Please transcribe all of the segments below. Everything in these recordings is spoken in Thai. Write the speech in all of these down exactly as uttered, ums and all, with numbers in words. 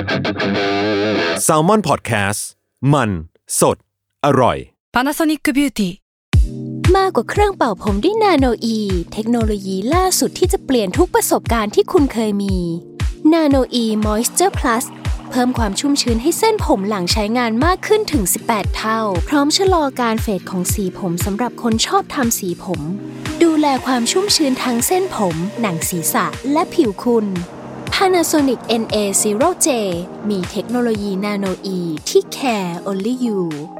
Salmon Podcast มันสดอร่อย Panasonic Beauty มากกว่าเครื่องเป่าผมด้วยนาโนอีเทคโนโลยีล่าสุดที่จะเปลี่ยนทุกประสบการณ์ที่คุณเคยมีนาโนอีมอยส์เจอร์พลัสเพิ่มความชุ่มชื้นให้เส้นผมหลังใช้งานมากขึ้นถึงสิบแปดเท่าพร้อมชะลอการเฟดของสีผมสำหรับคนชอบทำสีผมดูแลความชุ่มชื้นทั้งเส้นผมหนังศีรษะและผิวคุณ Panasonic เอ็น เอ ศูนย์ เจ มีเทคโนโลยีนาโนอีที่ care only you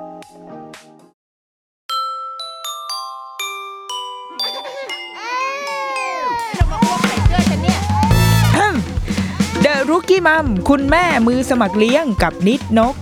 The Rookie Mom คุณแม่มือสมัครเลี้ยงกับนิดนก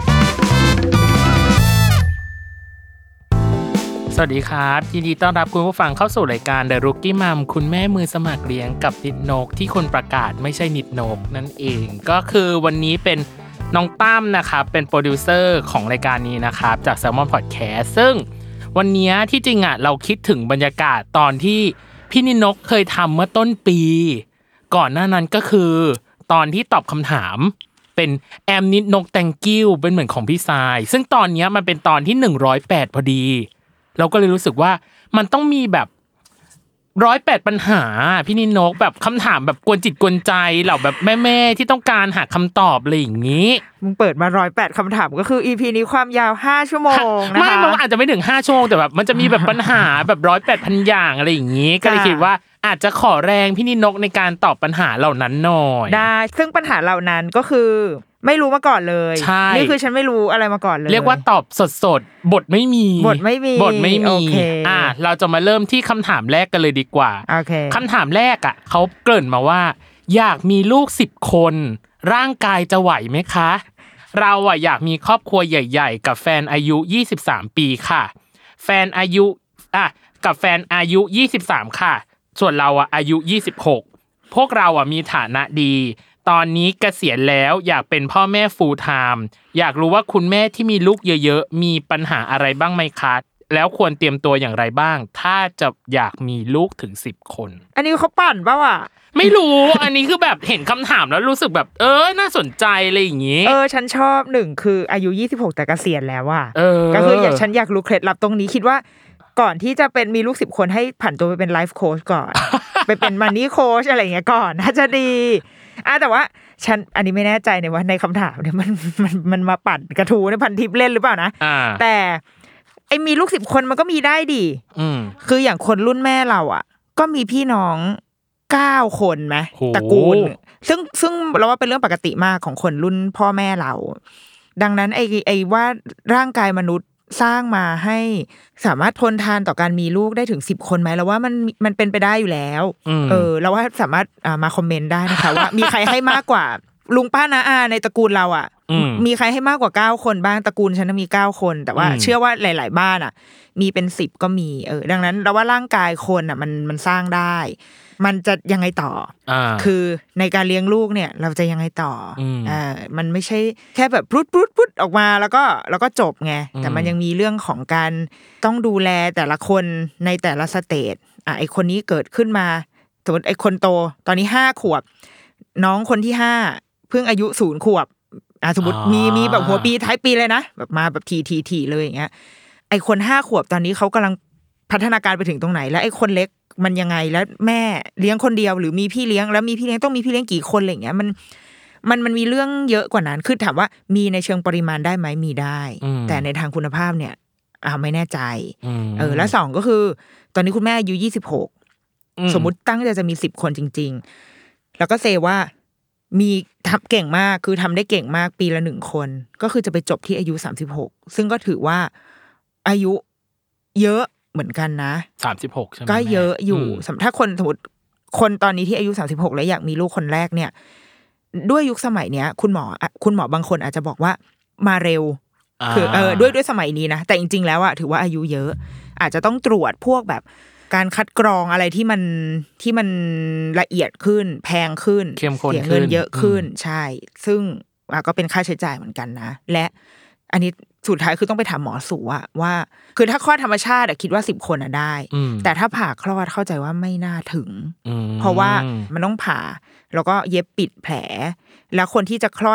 สวัสดีครับยินดีต้อนรับคุณผู้ฟังเข้าสู่รายการ The Rookie Mom คุณแม่มือสมัครเลี้ยงกับนิดนกที่คนประกาศไม่ใช่นิดนกนั่นเองก็คือวันนี้เป็นน้องตั้มนะครับเป็นโปรดิวเซอร์ของรายการนี้นะครับจาก Salmon Podcast ซึ่งวันนี้ที่จริงอ่ะเราคิดถึงบรรยากาศตอนที่พี่นิดนกเคยทำเมื่อต้นปีก่อนหน้านั้นก็คือตอนที่ตอบคำถามเป็นแอมนิดนก thank you เป็นเหมือนของพี่ทรายซึ่งตอนนี้มันเป็นตอนที่หนึ่งร้อยแปดพอดีเราก็เลยรู้สึกว่ามันต้องมีแบบหนึ่งร้อยแปดปัญหาพี่นิดนกแบบคำถามแบบกวนจิตกวนใจเหล่าแบบแม่ๆที่ต้องการหาคำตอบอะไรอย่างนี้มึงเปิดมาหนึ่งร้อยแปดคำถามก็คือ อี พี นี้ความยาวห้าชั่วโมงนะคะไม่มันอาจจะไม่ถึงห้าชั่วโมงแต่แบบมันจะมีแบบปัญหาแบบหนึ่งร้อยแปดพันอย่างอะไรอย่างนี้ก็เลยคิดว่าอาจจะขอแรงพี่นิดนกในการตอบปัญหาเหล่านั้นหน่อยได้ซึ่งปัญหาเหล่านั้นก็คือไม่รู้มาก่อนเลยนี่คือฉันไม่รู้อะไรมาก่อนเลยเรียกว่าตอบสดๆบทไม่มีบทไม่มีบทไม่มีอ่ะเราจะมาเริ่มที่คำถามแรกกันเลยดีกว่าคำถามแรกอ่ะเขาเกริ่นมาว่าอยากมีลูกสิบคนร่างกายจะไหวไหมคะเราอ่ะอยากมีครอบครัวใหญ่ๆกับแฟนอายุยี่สิบสามปีค่ะแฟนอายุอ่ะกับแฟนอายุยี่สิบสามค่ะส่วนเราอ่ะอายุยี่สิบหกพวกเราอ่ะมีฐานะดีตอนนี้เกษียณแล้วอยากเป็นพ่อแม่ full time อยากรู้ว่าคุณแม่ที่มีลูกเยอะๆมีปัญหาอะไรบ้างไหมคะแล้วควรเตรียมตัวอย่างไรบ้างถ้าจะอยากมีลูกถึงสิบคนอันนี้เขาปั่นป่ะวะไม่รู้ อันนี้คือแบบเห็นคำถามแล้วรู้สึกแบบเออน่าสนใจอะไรอย่างงี้เออฉันชอบหนึ่งคืออายุยี่สิบหกแต่เกษียณแล้วอ่ะก็คืออยากฉันอยากรู้เคล็ดลับตรงนี้คิดว่าก่อนที่จะเป็นมีลูกสิบคนให้ผันตัวไปเป็นไลฟ์โค้ชก่อน ไปเป็นมันนี่โค้ชอะไรอย่างเงี้ยก่อนน่าจะดีอ่ะแต่ว่าฉันอันนี้ไม่แน่ใจในว่าในคำถามเนี่ยมันมันมันมาปั่นกระทู้ในพันทิปเล่นหรือเปล่านะแต่ไอ้มีลูกสิบคนมันก็มีได้ดิคืออย่างคนรุ่นแม่เราอ่ะก็มีพี่น้องเก้าคนไหมตระกูลซึ่งซึ่งเราว่าเป็นเรื่องปกติมากของคนรุ่นพ่อแม่เราดังนั้นไอ้ไอ้ว่าร่างกายมนุษย์สร้างมาให้สามารถทนทานต่อการมีลูกได้ถึงสิบคนไหมแล้วว่ามันมันเป็นไปได้อยู่แล้วเออเราว่าสามารถอ่ามาคอมเมนต์ได้นะคะว่ามีใครให้มากกว่าลุงป้าน้าอาในตระกูลเราอ่ะมีใครให้มากกว่าเก้าคนบ้างตระกูลฉันมีเก้าคนแต่ว่าเชื่อว่าหลายๆบ้านอ่ะมีเป็นสิบก็มีเออดังนั้นเราว่าร่างกายคนอ่ะมันมันสร้างได้มันจะยังไงต่ออ่าคือในการเลี้ยงลูกเนี่ยเราจะยังไงต่ออ่ามันไม่ใช่แค่แบบพรุดพรุดพรุดออกมาแล้วก็แล้วก็จบไงแต่มันยังมีเรื่องของการต้องดูแลแต่ละคนในแต่ละสเตจอ่ะไอคนนี้เกิดขึ้นมาสมมติไอคนโตตอนนี้ห้าขวบน้องคนที่ห้าเพิ่งอายุศูนย์ขวบอ่ะสมมติมีมีแบบหัวปีท้ายปีเลยนะแบบมาแบบทีทีทีเลยอย่างเงี้ยไอคนห้าขวบตอนนี้เขากำลังพัฒนาการไปถึงตรงไหนแล้วไอคนเล็กมันยังไงแล้วแม่เลี้ยงคนเดียวหรือมีพี่เลี้ยงแล้วมีพี่เลี้ยงต้องมีพี่เลี้ยงกี่คนอะไรอย่างเงี้ยมันมันมันมีเรื่องเยอะกว่านั้นคือถามว่ามีในเชิงปริมาณได้ไหมมีได้แต่ในทางคุณภาพเนี่ยอ่าไม่แน่ใจเออแล้วสองก็คือตอนนี้คุณแม่อายุยี่สิบหกสมมุติตั้งใจจะมีสิบคนจริงๆแล้วก็เซว่ามีทำเก่งมากคือทำได้เก่งมากปีละหนึ่งคนก็คือจะไปจบที่อายุสามสิบหกซึ่งก็ถือว่าอายุเยอะเหมือนกันนะสามสิบหกใช่มั้ยก็เยอะอยู่ถ้าคนสมมุติคนตอนนี้ที่อายุสามสิบหกแล้วอยากมีลูกคนแรกเนี่ยด้วยยุคสมัยเนี้ยคุณหมอคุณหมอบางคนอาจจะบอกว่ามาเร็วคือเออด้วยด้วยสมัยนี้นะแต่จริงๆแล้วอะถือว่าอายุเยอะอาจจะต้องตรวจพวกแบบการคัดกรองอะไรที่มันที่มันละเอียดขึ้นแพงขึ้นเสียเงินเยอะขึ้นใช่ซึ่งก็เป็นค่าใช้จ่ายเหมือนกันนะและอันนี้สุดท้ายคือต้องไปถามหมอสูอะว่าคือถ้าคลอดธรรมชาติอะคิดว่าสิบคนอะได้แต่ถ้าผ่าคลอดเข้าใจว่าไม่น่าถึงเพราะว่ามันต้องผ่าแล้วก็เย็บปิดแผลแล้วคนที่จะคลอด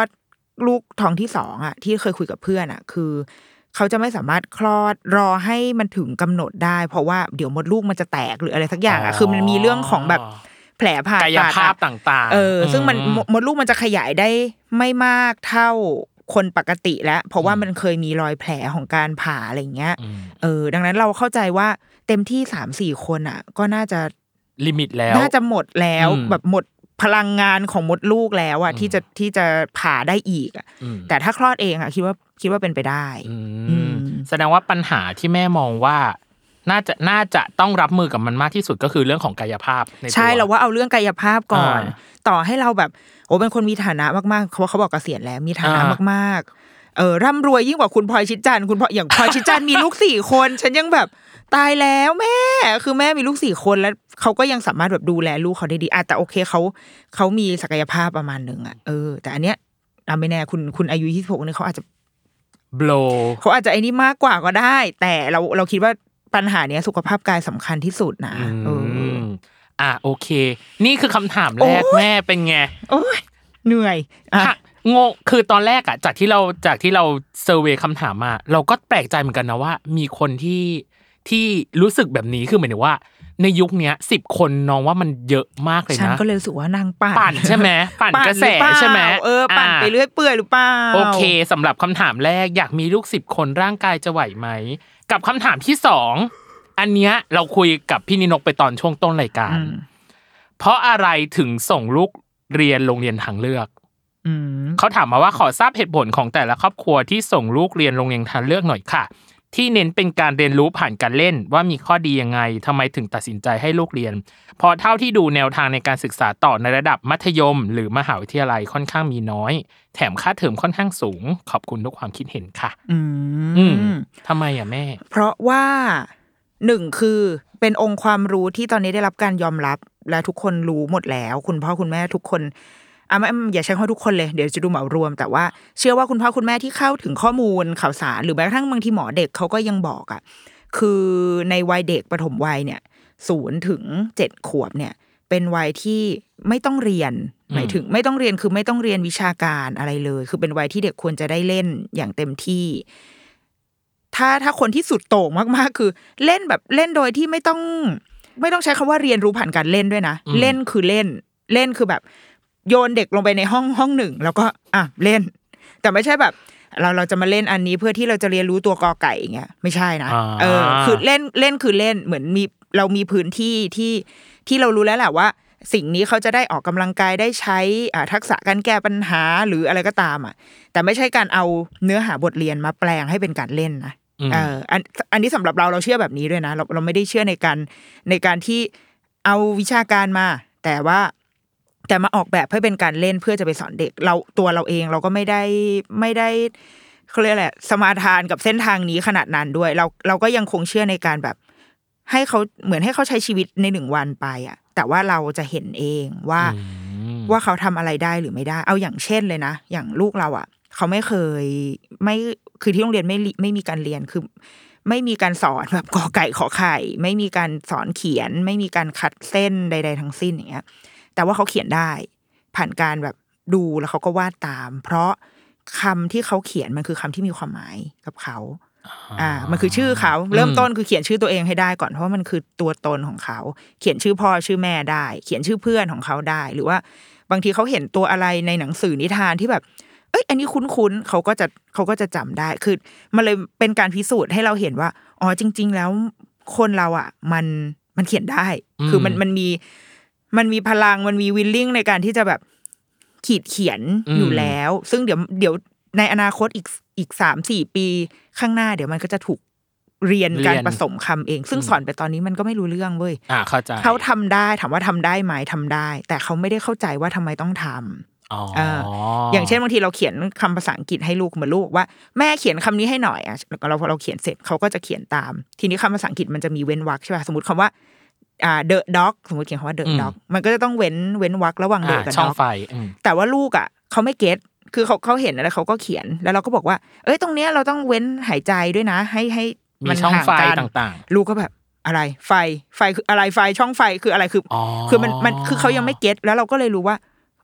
ลูกท้องที่สองอ่ะที่เคยคุยกับเพื่อนอ่ะคือเขาจะไม่สามารถคลอดรอให้มันถึงกำหนดได้เพราะว่าเดี๋ยวมดลูกมันจะแตกหรืออะไรสักอย่างอ่ะคือมันมีเรื่องของแบบแผลผ่าตัดกายภาพต่างๆเออซึ่งมันมดลูกมันจะขยายได้ไม่มากเท่าคนปกติแล้วเพราะว่ามันเคยมีรอยแผลของการผ่าอะไรเงี้ยเออดังนั้นเราเข้าใจว่าเต็มที่ สามสี่ คนอ่ะก็น่าจะลิมิตแล้วน่าจะหมดแล้วแบบหมดพลังงานของมดลูกแล้วอ่ะที่จะที่จะผ่าได้อีกอ่ะแต่ถ้าคลอดเองอ่ะคิดว่าคิดว่าเป็นไปได้แสดงว่าปัญหาที่แม่มองว่าน่าจะน่าจะต้องรับมือกับมันมากที่สุดก็คือเรื่องของกายภาพในตัวใช่เราว่าเอาเรื่องกายภาพก่อนต่อให้เราแบบโอ้เป็นคนมีฐานะมากๆเขาเขาบอกเกษียณแล้วมีฐานะมากๆเออร่ำรวยยิ่งกว่าคุณพลอยชิดจันทร์คุณพลอยอย่างพลอยชิดจันทร์มีลูกสี่คนฉันยังแบบตายแล้วแม่คือแม่มีลูกสี่คนแล้วเขาก็ยังสามารถแบบดูแลลูกเขาได้ดีอ่ะแต่โอเคเขาเขามีศักยภาพประมาณนึงอ่ะเออแต่อันเนี้ยอ่ะไม่แน่คุณคุณอายุยี่สิบหกเนี่ยเขาอาจจะโบลเขาอาจจะไอ้นี่มากกว่าก็ได้แต่เราเราคิดว่าปัญหาเนี้ยสุขภาพกายสำคัญที่สุดนะเอออ่ะโอเคนี่คือคำถามแรกแม่เป็นไงโอ้ยเหนื่อยอ่ะงงคือตอนแรกอ่ะจากที่เราจากที่เราเซอร์เวย์คำถามมาเราก็แปลกใจเหมือนกันนะว่ามีคนที่ที่รู้สึกแบบนี้คือหมายถึงว่าในยุคนี้สิบคนน้องว่ามันเยอะมากเลยนะฉันก็เลยรู้สึกว่านางปั่นปั่นใช่ไหมปั่นกระแสใช่ไหมเออปั่นไปเรื่อยเปื่อยหรือเปล่าโอเคสำหรับคำถามแรกอยากมีลูกสิบคนร่างกายจะไหวไหมกับคำถามที่สองอันเนี้ยเราคุยกับพี่นินกไปตอนช่วงต้นรายการเพราะอะไรถึงส่งลูกเรียนโรงเรียนทางเลือกเขาถามมาว่าขอทราบเหตุผลของแต่ละครอบครัวที่ส่งลูกเรียนโรงเรียนทางเลือกหน่อยค่ะที่เน้นเป็นการเรียนรู้ผ่านการเล่นว่ามีข้อดียังไงทำไมถึงตัดสินใจให้ลูกเรียนเพราะเท่าที่ดูแนวทางในการศึกษาต่อในระดับมัธยมหรือมหาวิทยาลัยค่อนข้างมีน้อยแถมค่าเทอมค่อนข้างสูงขอบคุณทุกความคิดเห็นค่ะอืมทำไมอ่ะแม่เพราะว่าหนึ่งคือเป็นองค์ความรู้ที่ตอนนี้ได้รับการยอมรับและทุกคนรู้หมดแล้วคุณพ่อคุณแม่ทุกคนอ่ะไม่อย่าใช้คำว่าทุกคนเลยเดี๋ยวจะดูเหมารวมแต่ว่าเชื่อว่าคุณพ่อคุณแม่ที่เข้าถึงข้อมูลข่าวสารหรือแม้กระทั่งบางทีหมอเด็กเขาก็ยังบอกอ่ะคือในวัยเด็กปฐมวัยเนี่ยศูนย์ถึงเจ็ดขวบเนี่ยเป็นวัยที่ไม่ต้องเรียนหมายถึงไม่ต้องเรียนคือไม่ต้องเรียนวิชาการอะไรเลยคือเป็นวัยที่เด็กควรจะได้เล่นอย่างเต็มที่ถ้าถ้าคนที่สุดโต่งมากๆคือเล่นแบบเล่นโดยที่ไม่ต้องไม่ต้องใช้คำว่าเรียนรู้ผ่านการเล่นด้วยนะเล่นคือเล่นเล่นคือแบบโยนเด็กลงไปในห้องห้องหนึ่งแล้วก็อ่ะเล่นแต่ไม่ใช่แบบเราเราจะมาเล่นอันนี้เพื่อที่เราจะเรียนรู้ตัวกอไก่อย่างเงี้ยไม่ใช่นะเออคือเล่นเล่นคือเล่นเหมือนมีเรามีพื้นที่ที่ที่เรารู้แล้วแหละว่าสิ่งนี้เขาจะได้ออกกำลังกายได้ใช้อ่าทักษะการแก้ปัญหาหรืออะไรก็ตามอ่ะแต่ไม่ใช่การเอาเนื้อหาบทเรียนมาแปลงให้เป็นการเล่นนะเอออันอันนี้สำหรับเราเราเชื่อแบบนี้ด้วยนะเราเราไม่ได้เชื่อในการในการที่เอาวิชาการมาแต่ว่าแต่มาออกแบบให้เป็นการเล่นเพื่อจะไปสอนเด็กเราตัวเราเองเราก็ไม่ได้ไม่ได้เขาเรียกอะไรสมาทานกับเส้นทางนี้ขนาดนั้นด้วยเราเราก็ยังคงเชื่อในการแบบให้เขาเหมือนให้เขาใช้ชีวิตในหนึ่งวันไปอ่ะแต่ว่าเราจะเห็นเองว่าว่าเขาทำอะไรได้หรือไม่ได้เอาอย่างเช่นเลยนะอย่างลูกเราอ่ะเขาไม่เคยไม่คือที่โรงเรียนไม่ไม่มีการเรียนคือไม่มีการสอนแบบกอไก่ขอไข่ไม่มีการสอนเขียนไม่มีการคัดเส้นใดๆทั้งสิ้นอย่างเงี้ยแต่ว่าเขาเขียนได้ผ่านการแบบดูแล้วเขาก็วาดตามเพราะคำที่เขาเขียนมันคือคำที่มีความหมายกับเขาอ่ามันคือชื่อเขาเริ่มต้นคือเขียนชื่อตัวเองให้ได้ก่อนเพราะมันคือตัวตนของเขาเขียนชื่อพ่อชื่อแม่ได้เขียนชื่อเพื่อนของเขาได้หรือว่าบางทีเขาเห็นตัวอะไรในหนังสือนิทานที่แบบเอ้ยอันนี้คุ้นๆเขาก็จะเขาก็จะจำได้คือมันเลยเป็นการพิสูจน์ให้เราเห็นว่าอ๋อจริงๆแล้วคนเราอ่ะมันมันเขียนได้คือมันมันมีมันมีพลังมันมีวิลลิ่งในการที่จะแบบขีดเขียนอยู่แล้วซึ่งเดี๋ยวเดี๋ยวในอนาคตอีกอีก สามสี่ ปีข้างหน้าเดี๋ยวมันก็จะถูกเรียนการผสมคำเองซึ่งสอนไปตอนนี้มันก็ไม่รู้เรื่องเว้ยอ่าเข้าใจเขาทำได้ถามว่าทำได้ไหมทำได้แต่เขาไม่ได้เข้าใจว่าทำไมต้องทำอ๋ออย่างเช่นบางทีเราเขียนคำภาษาอังกฤษให้ลูกเหมือนลูกว่าแม่เขียนคำนี้ให้หน่อยอ่ะเราพอเราเขียนเสร็จเขาก็จะเขียนตามทีนี้คำภาษาอังกฤษมันจะมีเว้นวรรคใช่ป่ะสมมติคำว่าอ่า the dog สมมติเขียนคำว่า the dog มันก็จะต้องเว้นเว้นวรรคระหว่าง the กับ dog แต่ว่าลูกอ่ะเขาไม่เก็ตคือเขาเขาเห็นแล้วเขาก็เขียนแล้วเราก็บอกว่าเอ้ยตรงเนี้ยเราต้องเว้นหายใจด้วยนะให้ให้มันห่างกันต่างๆลูกก็แบบอะไรไฟไฟคืออะไรไฟช่องไฟคืออะไรคือคือมันมันคือเขายังไม่เก็ตแล้วเราก็เลยรู้ว่า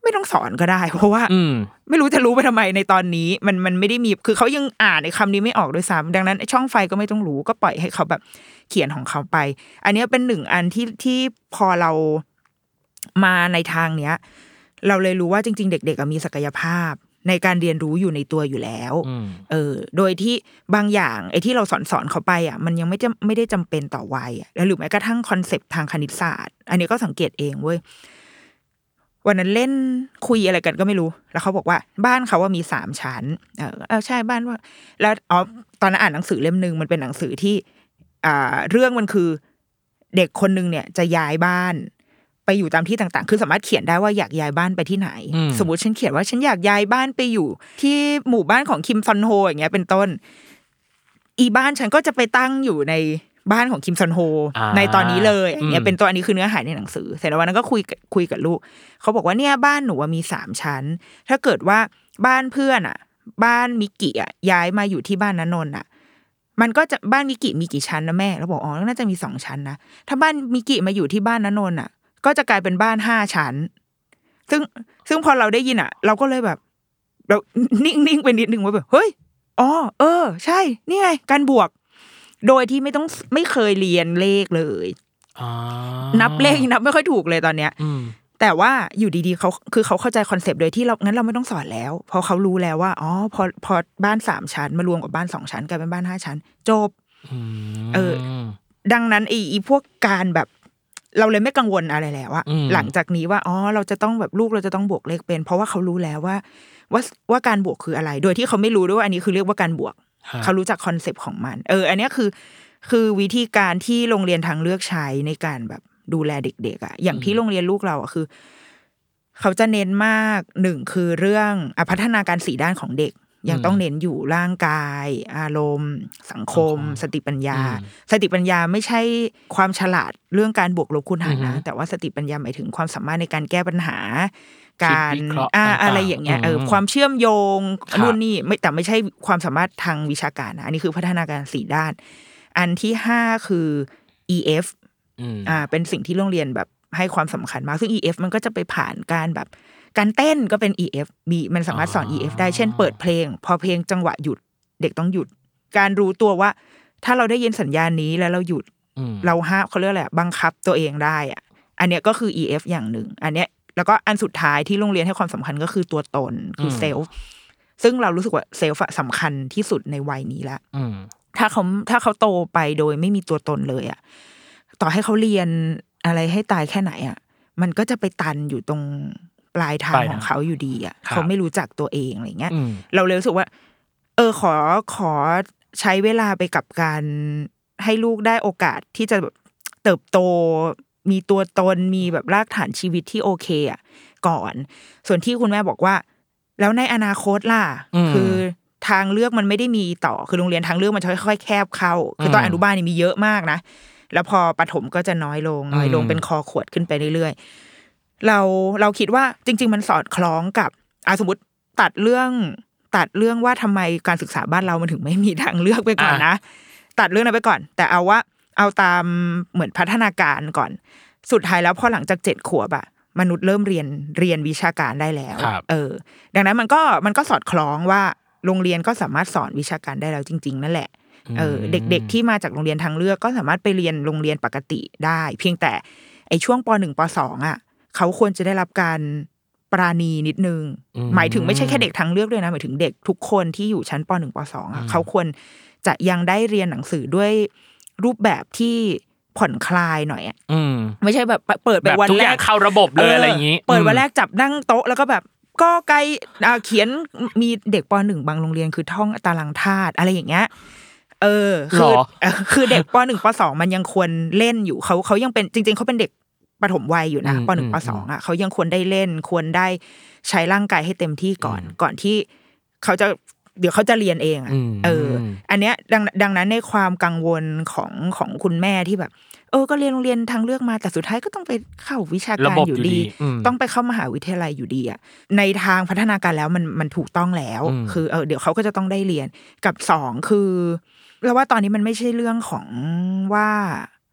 ไม่ต้องสอนก็ได้เพราะว่าไม่รู้จะรู้ไปทำไมในตอนนี้มันมันไม่ได้มีคือเขายังอ่านในคำนี้ไม่ออกด้วยซ้ำดังนั้นช่องไฟก็ไม่ต้องรู้ก็ปล่อยให้เขาแบบเขียนของเขาไปอันนี้เป็นหนึ่งอันที่ที่พอเรามาในทางเนี้ยเราเลยรู้ว่าจริงๆเด็กๆมีศักยภาพในการเรียนรู้อยู่ในตัวอยู่แล้วเออโดยที่บางอย่างไอ้ที่เราสอนสอนเขาไปอ่ะมันยังไม่จะไม่ได้จำเป็นต่อวัยอ่ะหรือแม้กระทั่งคอนเซปต์ทางคณิตศาสตร์อันนี้ก็สังเกตเองเว้ยวันนั้นเล่นคุยอะไรกันก็ไม่รู้แล้วเขาบอกว่าบ้านเขาว่ามีสามชั้นเออเออใช่บ้านว่าแล้วอ๋อตอนนั้นอ่านหนังสือเล่มนึงมันเป็นหนังสือที่อ่าเรื่องมันคือเด็กคนนึงเนี่ยจะย้ายบ้านไปอยู่ตามที่ต่างๆคือสามารถเขียนได้ว่าอยากย้ายบ้านไปที่ไหนสมมุติฉันเขียนว่าฉันอยากย้ายบ้านไปอยู่ที่หมู่บ้านของคิมซอนโฮอย่างเงี้ยเป็นต้นอีบ้านฉันก็จะไปตั้งอยู่ในบ้านของคิมซอนโฮในตอนนี้เลยอย่างเงี้ยเป็นตัวอันนี้คือเนื้อหาในหนังสือเสร็จแล้ววันนั้นก็คุยคุยกับลูกเขาบอกว่าเนี่ยบ้านหนูมีสามชั้นถ้าเกิดว่าบ้านเพื่อนอ่ะบ้านมิกิอ่ะย้ายมาอยู่ที่บ้านณนนท์อ่ะมันก็จะบ้านมิกิมีกี่ชั้นนะแม่แล้วบอกอ๋อน่าจะมีสองชั้นนะถ้าบ้านมิกิมาอยู่ที่บ้านณนนท์อ่ะก็จะกลายเป็นบ้านห้าชั้นซึ่งซึ่งพอเราได้ยินอ่ะเราก็เลยแบบเรานิ่งๆไปนิดนึงว่าแบบเฮ้ยอ๋อเออใช่นี่ไงการบวกโดยที่ไม่ต้องไม่เคยเรียนเลขเลยนับเลขนับไม่ค่อยถูกเลยตอนเนี้ยแต่ว่าอยู่ดีๆเขาคือเขาเข้าใจคอนเซปต์โดยที่เรางั้นเราไม่ต้องสอนแล้วเพราะเขารู้แล้วว่าอ๋อพอพอบ้านสามชั้นมารวมกับบ้านสองชั้นกลายเป็นบ้านห้าชั้นจบเออดังนั้นไอ้พวกการแบบเราเลยไม่กังวลอะไรแล้วว่าหลังจากนี้ว่าอ๋อเราจะต้องแบบลูกเราจะต้องบวกเลขเป็นเพราะว่าเขารู้แล้วว่าว่าว่าการบวกคืออะไรโดยที่เขาไม่รู้ด้วยว่าอันนี้คือเรียกว่าการบวกเขารู้จักคอนเซปต์ของมันเอออันนี้คือคือวิธีการที่โรงเรียนทางเลือกใช้ในการแบบดูแลเด็กๆอ่ะอย่างที่โรงเรียนลูกเราอ่ะคือเขาจะเน้นมากหนึ่งคือเรื่องพัฒนาการสี่ด้านของเด็กยังต้องเน้นอยู่ร่างกายอารมณ์สังคมสติปัญญาสติปัญญาไม่ใช่ความฉลาดเรื่องการบวกลบคูณหารนะแต่ว่าสติปัญญาหมายถึงความสามารถในการแก้ปัญหาการอ่าอะไรอย่างเงี้ยเออความเชื่อมโยงนู่นนี่ไม่แต่ไม่ใช่ความสามารถทางวิชาการนะอันนี้คือพัฒนาการสี่ด้านอันที่ห้าคือ อี เอฟ อ่าเป็นสิ่งที่โรงเรียนแบบให้ความสำคัญมากซึ่ง อี เอฟ มันก็จะไปผ่านการแบบการเต้นก็เป็น อี เอฟ มีมันสามารถสอน อี เอฟ ได้เช่นเปิดเพลงพอเพลงจังหวะหยุดเด็กต้องหยุดการรู้ตัวว่าถ้าเราได้ยินสัญญาณนี้แล้วเราหยุดเราห้ามเขาเรียกอะไรบังคับตัวเองได้อ่ะอันเนี้ยก็คือ อี เอฟ อย่างหนึ่งอันเนี้ยแล้วก็อันสุดท้ายที่โรงเรียนให้ความสำคัญก็คือตัวตนคือเซลฟ์ซึ่งเรารู้สึกว่าเซลฟ์สำคัญที่สุดในวัยนี้ละถ้าเขาถ้าเขาโตไปโดยไม่มีตัวตนเลยอ่ะต่อให้เขาเรียนอะไรให้ตายแค่ไหนอ่ะมันก็จะไปตันอยู่ตรงปลายทางของเขาอยู่ดีอ่ะเขาไม่รู้จักตัวเองอะไรเงี้ยเราเลยรู้สึกว่าเออขอขอใช้เวลาไปกับการให้ลูกได้โอกาสที่จะเติบโตมีตัวตนมีแบบรากฐานชีวิตที่โอเคอ่ะก่อนส่วนที่คุณแม่บอกว่าแล้วในอนาคตล่ะคือทางเลือกมันไม่ได้มีต่อคือโรงเรียนทางเลือกมันจะค่อยๆแคบเข้าคือตอนอนุบาลนี่มีเยอะมากนะแล้วพอประถมก็จะน้อยลงน้อยลงเป็นคอขวดขึ้นไปเรื่อยๆเราเราคิดว่าจริงๆมันสอดคล้องกับอ่ะสมมติตัดเรื่องตัดเรื่องว่าทำไมการศึกษาบ้านเรามันถึงไม่มีทางเลือกไปก่อนนะตัดเรื่องนั้นไปก่อนแต่เอาว่าเอาตามเหมือนพัฒนาการก่อนสุดท้ายแล้วพอหลังจากเจ็ดขวบอะมนุษย์เริ่มเรียนเรียนวิชาการได้แล้วเออดังนั้นมันก็มันก็สอดคล้องว่าโรงเรียนก็สามารถสอนวิชาการได้แล้วจริงๆนั่นแหละเออเด็กๆที่มาจากโรงเรียนทางเลือกก็สามารถไปเรียนโรงเรียนปกติได้เพียงแต่ไอ้ช่วงป.หนึ่ง ป.สอง อ่ะเขาควรจะได้รับการปราณีนิดนึงหมายถึงไม่ใช่แค่เด็กทางเลือกด้วยนะหมายถึงเด็กทุกคนที่อยู่ชั้นป.หนึ่ง ป.สอง อ่ะเขาควรจะยังได้เรียนหนังสือด้วยรูปแบบที่ผ่อนคลายหน่อยอ่ะไม่ใช่แบบเปิดไปวันแรกเข้าระบบเลยอะไรอย่างนี้เปิดวันแรกจับนั่งโต๊ะแล้วก็แบบก็ไกลเขียนมีเด็กป.หนึ่ง บางโรงเรียนคือท่องตารางธาตุอะไรอย่างเงี้ยเออคือคือเด็กป.หนึ่ง ป.สอง มันยังควรเล่นอยู่เขาเขายังเป็นจริงๆเขาเป็นเด็กปฐมวัยอยู่นะป.หนึ่ง ป.สอง อ่ะเขายังควรได้เล่นควรได้ใช้ร่างกายให้เต็มที่ก่อนก่อนที่เขาจะเดี๋ยวเขาจะเรียนเองอ่ะเอออันเนี้ยดังดังนั้นในความกังวลของของคุณแม่ที่แบบเออก็เรียนโรงเรียนทางเลือกมาแต่สุดท้ายก็ต้องไปเข้าวิชาการอยู่ดีต้องไปเข้ามหาวิทยาลัยอยู่ดีอ่ะในทางพัฒนาการแล้วมันมันถูกต้องแล้วคือเออเดี๋ยวเขาก็จะต้องได้เรียนกับสองคือเราว่าตอนนี้มันไม่ใช่เรื่องของว่า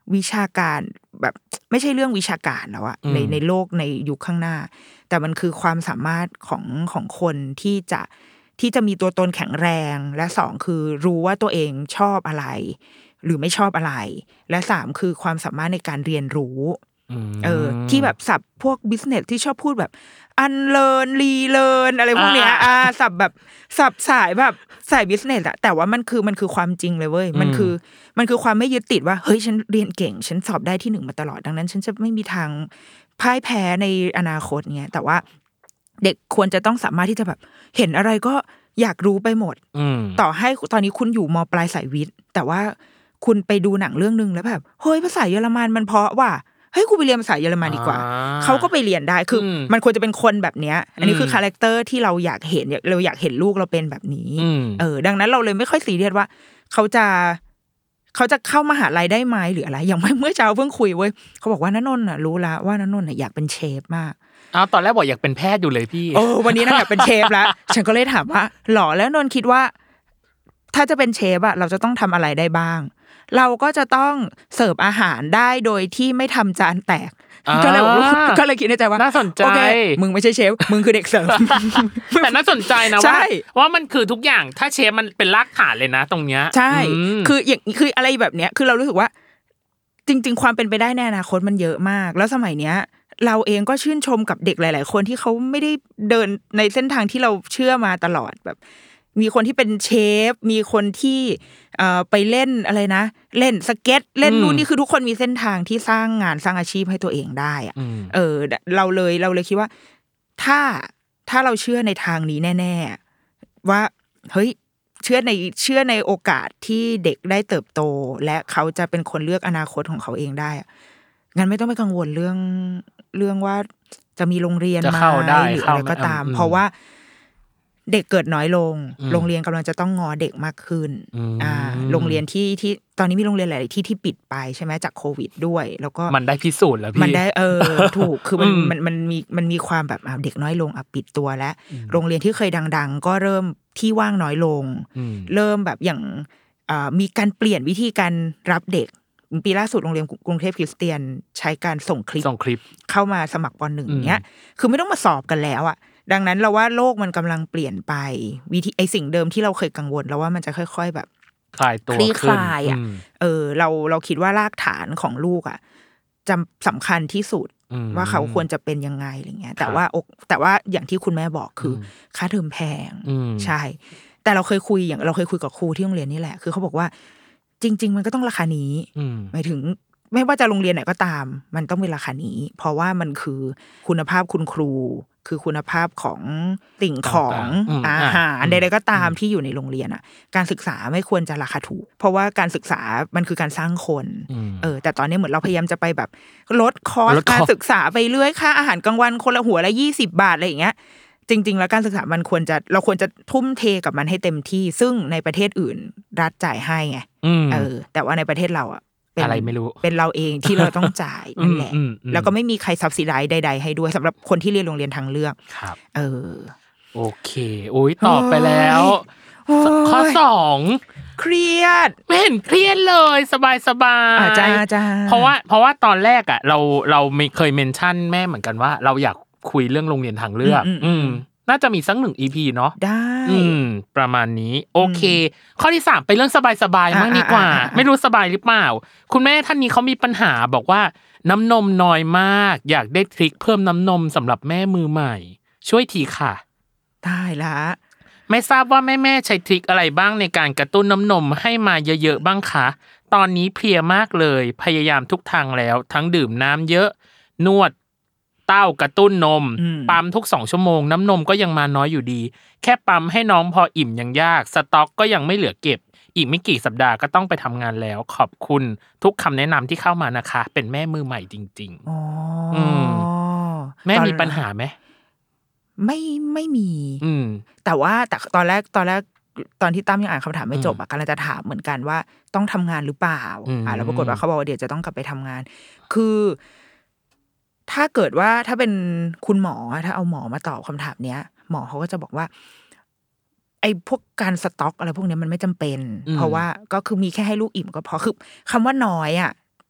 วิชาการแบบไม่ใช่เรื่องวิชาการแล้วอะในในโลกในยุคข้างหน้าแต่มันคือความสามารถของของคนที่จะที่จะมีตัวตนแข็งแรงและสองคือรู้ว่าตัวเองชอบอะไรหรือไม่ชอบอะไรและสามคือความสามารถในการเรียนรู้เออที่แบบศัพท์พวกบิสเนสที่ชอบพูดแบบอันเลิร์นรีเลิร์นอะไรพวกเนี้ยอ่าศัพท์แบบศัพท์สายแบบสายบิสเนสอะแต่ว่ามันคือมันคือความจริงเลยเว้ยมันคือมันคือความไม่ยึดติดว่าเฮ้ยฉันเรียนเก่งฉันสอบได้ที่หนึ่งมาตลอดดังนั้นฉันจะไม่มีทางพ่ายแพ้ในอนาคตเนี้ยแต่ว่าเด็กควรจะต้องสามารถที่จะแบบเห็นอะไรก็อยากรู้ไปหมดต่อให้ตอนนี้คุณอยู่ม.ปลายสายวิทย์แต่ว่าคุณไปดูหนังเรื่องนึงแล้วแบบเฮ้ยภาษาเยอรมันมันเพราะว่าเฮ้ยกูไปเรียนภาษาเยอรมันดีกว่าเขาก็ไปเรียนได้คือมันควรจะเป็นคนแบบเนี้ยอันนี้คือคาแรคเตอร์ที่เราอยากเห็นเราอยากเห็นลูกเราเป็นแบบนี้เออดังนั้นเราเลยไม่ค่อยซีเรียสว่าเขาจะเขาจะเข้ามหาลัยได้ไหมหรืออะไรอย่างเมื่อเช้าเพิ่งคุยเว้ยเขาบอกว่าณนนท์น่ะรู้ละว่าณนนท์น่ะอยากเป็นเชฟมากอ้าวตอนแรกบอกอยากเป็นแพทย์อยู่เลยพี่โอ้วันนี้น่าอยากเป็นเชฟแล้วฉันก็เลยถามว่าหรอแล้วนนท์คิดว่าถ้าจะเป็นเชฟอะเราจะต้องทำอะไรได้บ้างเราก็จะต้องเสิร์ฟอาหารได้โดยที่ไม่ทำจานแตกก็เลยก็เลยคิดในใจว่าน่าสนใจมึงไม่ใช่เชฟมึงคือเด็กเสิร์ฟแต่น่าสนใจนะว่าว่ามันคือทุกอย่างถ้าเชฟมันเป็นรากฐานเลยนะตรงเนี้ยใช่คืออย่างคืออะไรแบบเนี้ยคือเรารู้สึกว่าจริงๆความเป็นไปได้ในอนาคตมันเยอะมากแล้วสมัยเนี้ยเราเองก็ชื่นชมกับเด็กหลายๆคนที่เขาไม่ได้เดินในเส้นทางที่เราเชื่อมาตลอดแบบมีคนที่เป็นเชฟมีคนที่เอ่อไปเล่นอะไรนะเล่นสเก็ตเล่นนู่นนี่คือทุกคนมีเส้นทางที่สร้างงานสร้างอาชีพให้ตัวเองได้อะเออเราเลยเราเลยคิดว่าถ้าถ้าเราเชื่อในทางนี้แน่ๆว่าเฮ้ยเชื่อในเชื่อในโอกาสที่เด็กได้เติบโตและเขาจะเป็นคนเลือกอนาคตของเขาเองได้งั้นไม่ต้องไปกังวลเรื่องเรื่องว่าจะมีโรงเรียนมาหรืออะไรก็ตามเพราะว่าเด็กเกิดน้อยลงโรงเรียนกำลังจะต้องงอเด็กมากขึ้นอ่าโรงเรียนที่ที่ตอนนี้มีโรงเรียนหลายที่ที่ปิดไปใช่ไหมจากโควิดด้วยแล้วก็มันได้พิสูจน์แล้วพี่มันได้เออถูกคือมันมันมันมีมันมีความแบบเด็กน้อยลงอ่ะปิดตัวแล้วโรงเรียนที่เคยดังๆก็เริ่มที่ว่างน้อยลงเริ่มแบบอย่างอ่ามีการเปลี่ยนวิธีการรับเด็กปีล่าสุดโรงเรียนกรุงเทพคริสเตียนใช้การส่งคลิปส่งคลิปเข้ามาสมัครป.หนึ่ง เนี้ยคือไม่ต้องมาสอบกันแล้วอ่ะดังนั้นเราว่าโลกมันกำลังเปลี่ยนไปวิธีไอสิ่งเดิมที่เราเคยกังวลแล้วว่ามันจะค่อยๆแบบคลายตัวคลี่คลายอ่ะเออเราเราคิดว่ารากฐานของลูกอ่ะจำสำคัญที่สุดว่าเขาควรจะเป็นยังไงอะไรเงี้ยแต่ว่าแต่ว่าอย่างที่คุณแม่บอกคือค่าเทอมแพงใช่แต่เราเคยคุยอย่างเราเคยคุยกับครูที่โรงเรียนนี่แหละคือเขาบอกว่าจริงๆมันก็ต้องราคานี้หมายถึงไม่ว่าจะโรงเรียนไหนก็ตามมันต้องเป็นราคานี้เพราะว่ามันคือคุณภาพคุณครูคือคุณภาพของสิ่งของอาหารใดๆก็ตามที่อยู่ในโรงเรียนอ่ะการศึกษาไม่ควรจะราคาถูกเพราะว่าการศึกษามันคือการสร้างคนเออแต่ตอนนี้เหมือนเราพยายามจะไปแบบลดคอสการศึกษาไปเรื่อยค่าอาหารกลางวันคนละหัวละยี่สิบบาทอะไรอย่างเงี้ยจริงๆแล้วการศึกษามันควรจะเราควรจะทุ่มเทกับมันให้เต็มที่ซึ่งในประเทศอื่นรัฐจ่ายให้ไงเออแต่ว่าในประเทศเราอ่ะอะไรไม่รู้เป็นเราเองที่เราต้องจ่ายนั่นแหละแล้วก็ไม่มีใครซับซิไดซ์ใดๆให้ด้วยสำหรับคนที่เรียนโรงเรียนทางเลือกครับเออโอเคโอ้ยตอบไปแล้วข้อสองเครียดไม่เห็นเครียดเลยสบายสบายจ้าจ้าเพราะว่าเพราะว่าตอนแรกอ่ะเราเราไม่เคยเมนชั่นแม่เหมือนกันว่าเราอยากคุยเรื่องโรงเรียนทางเลือกอืมน่าจะมีสักหนึ่ง อี พี เนาะได้อืมประมาณนี้โอเคข้อที่สามไปเรื่องสบายๆมากดีกว่าไม่รู้สบายหรือเปล่าคุณแม่ท่านนี้เขามีปัญหาบอกว่าน้ำนมน้อยมากอยากได้ทริคเพิ่มน้ำนมสำหรับแม่มือใหม่ช่วยทีค่ะได้ละไม่ทราบว่าแม่ๆใช้ทริคอะไรบ้างในการกระตุ้นน้ำนมให้มาเยอะๆบ้างคะตอนนี้เพลียมากเลยพยายามทุกทางแล้วทั้งดื่มน้ำเยอะนวดเต้ากระตุ้นนมปั๊มทุกสองชั่วโมงน้ำนมก็ยังมาน้อยอยู่ดีแค่ปั๊มให้น้องพออิ่มยังยากสต็อกก็ยังไม่เหลือเก็บอีกไม่กี่สัปดาห์ก็ต้องไปทำงานแล้วขอบคุณทุกคำแนะนำที่เข้ามานะคะเป็นแม่มือใหม่จริงๆอ๋อแม่มีปัญหาไหมไม่ไม่มีแต่ว่าแต่ตอนแรกตอนแรกตอนที่ตั้มยังอ่านคำถามไม่จบอ่ะกำลังจะถามเหมือนกันว่าต้องทำงานหรือเปล่าอ่าแล้วปรากฏว่าเขาบอกว่าเดี๋ยวจะต้องกลับไปทำงานคือถ้าเกิดว่าถ้าเป็นคุณหมอถ้าเอาหมอมาตอบคำถามเนี้ยหมอเขาก็จะบอกว่าไอ้พวกการสต็อกอะไรพวกนี้มันไม่จำเป็นเพราะว่าก็คือมีแค่ให้ลูกอิ่มก็พอคือคำว่าน้อยอ่ะ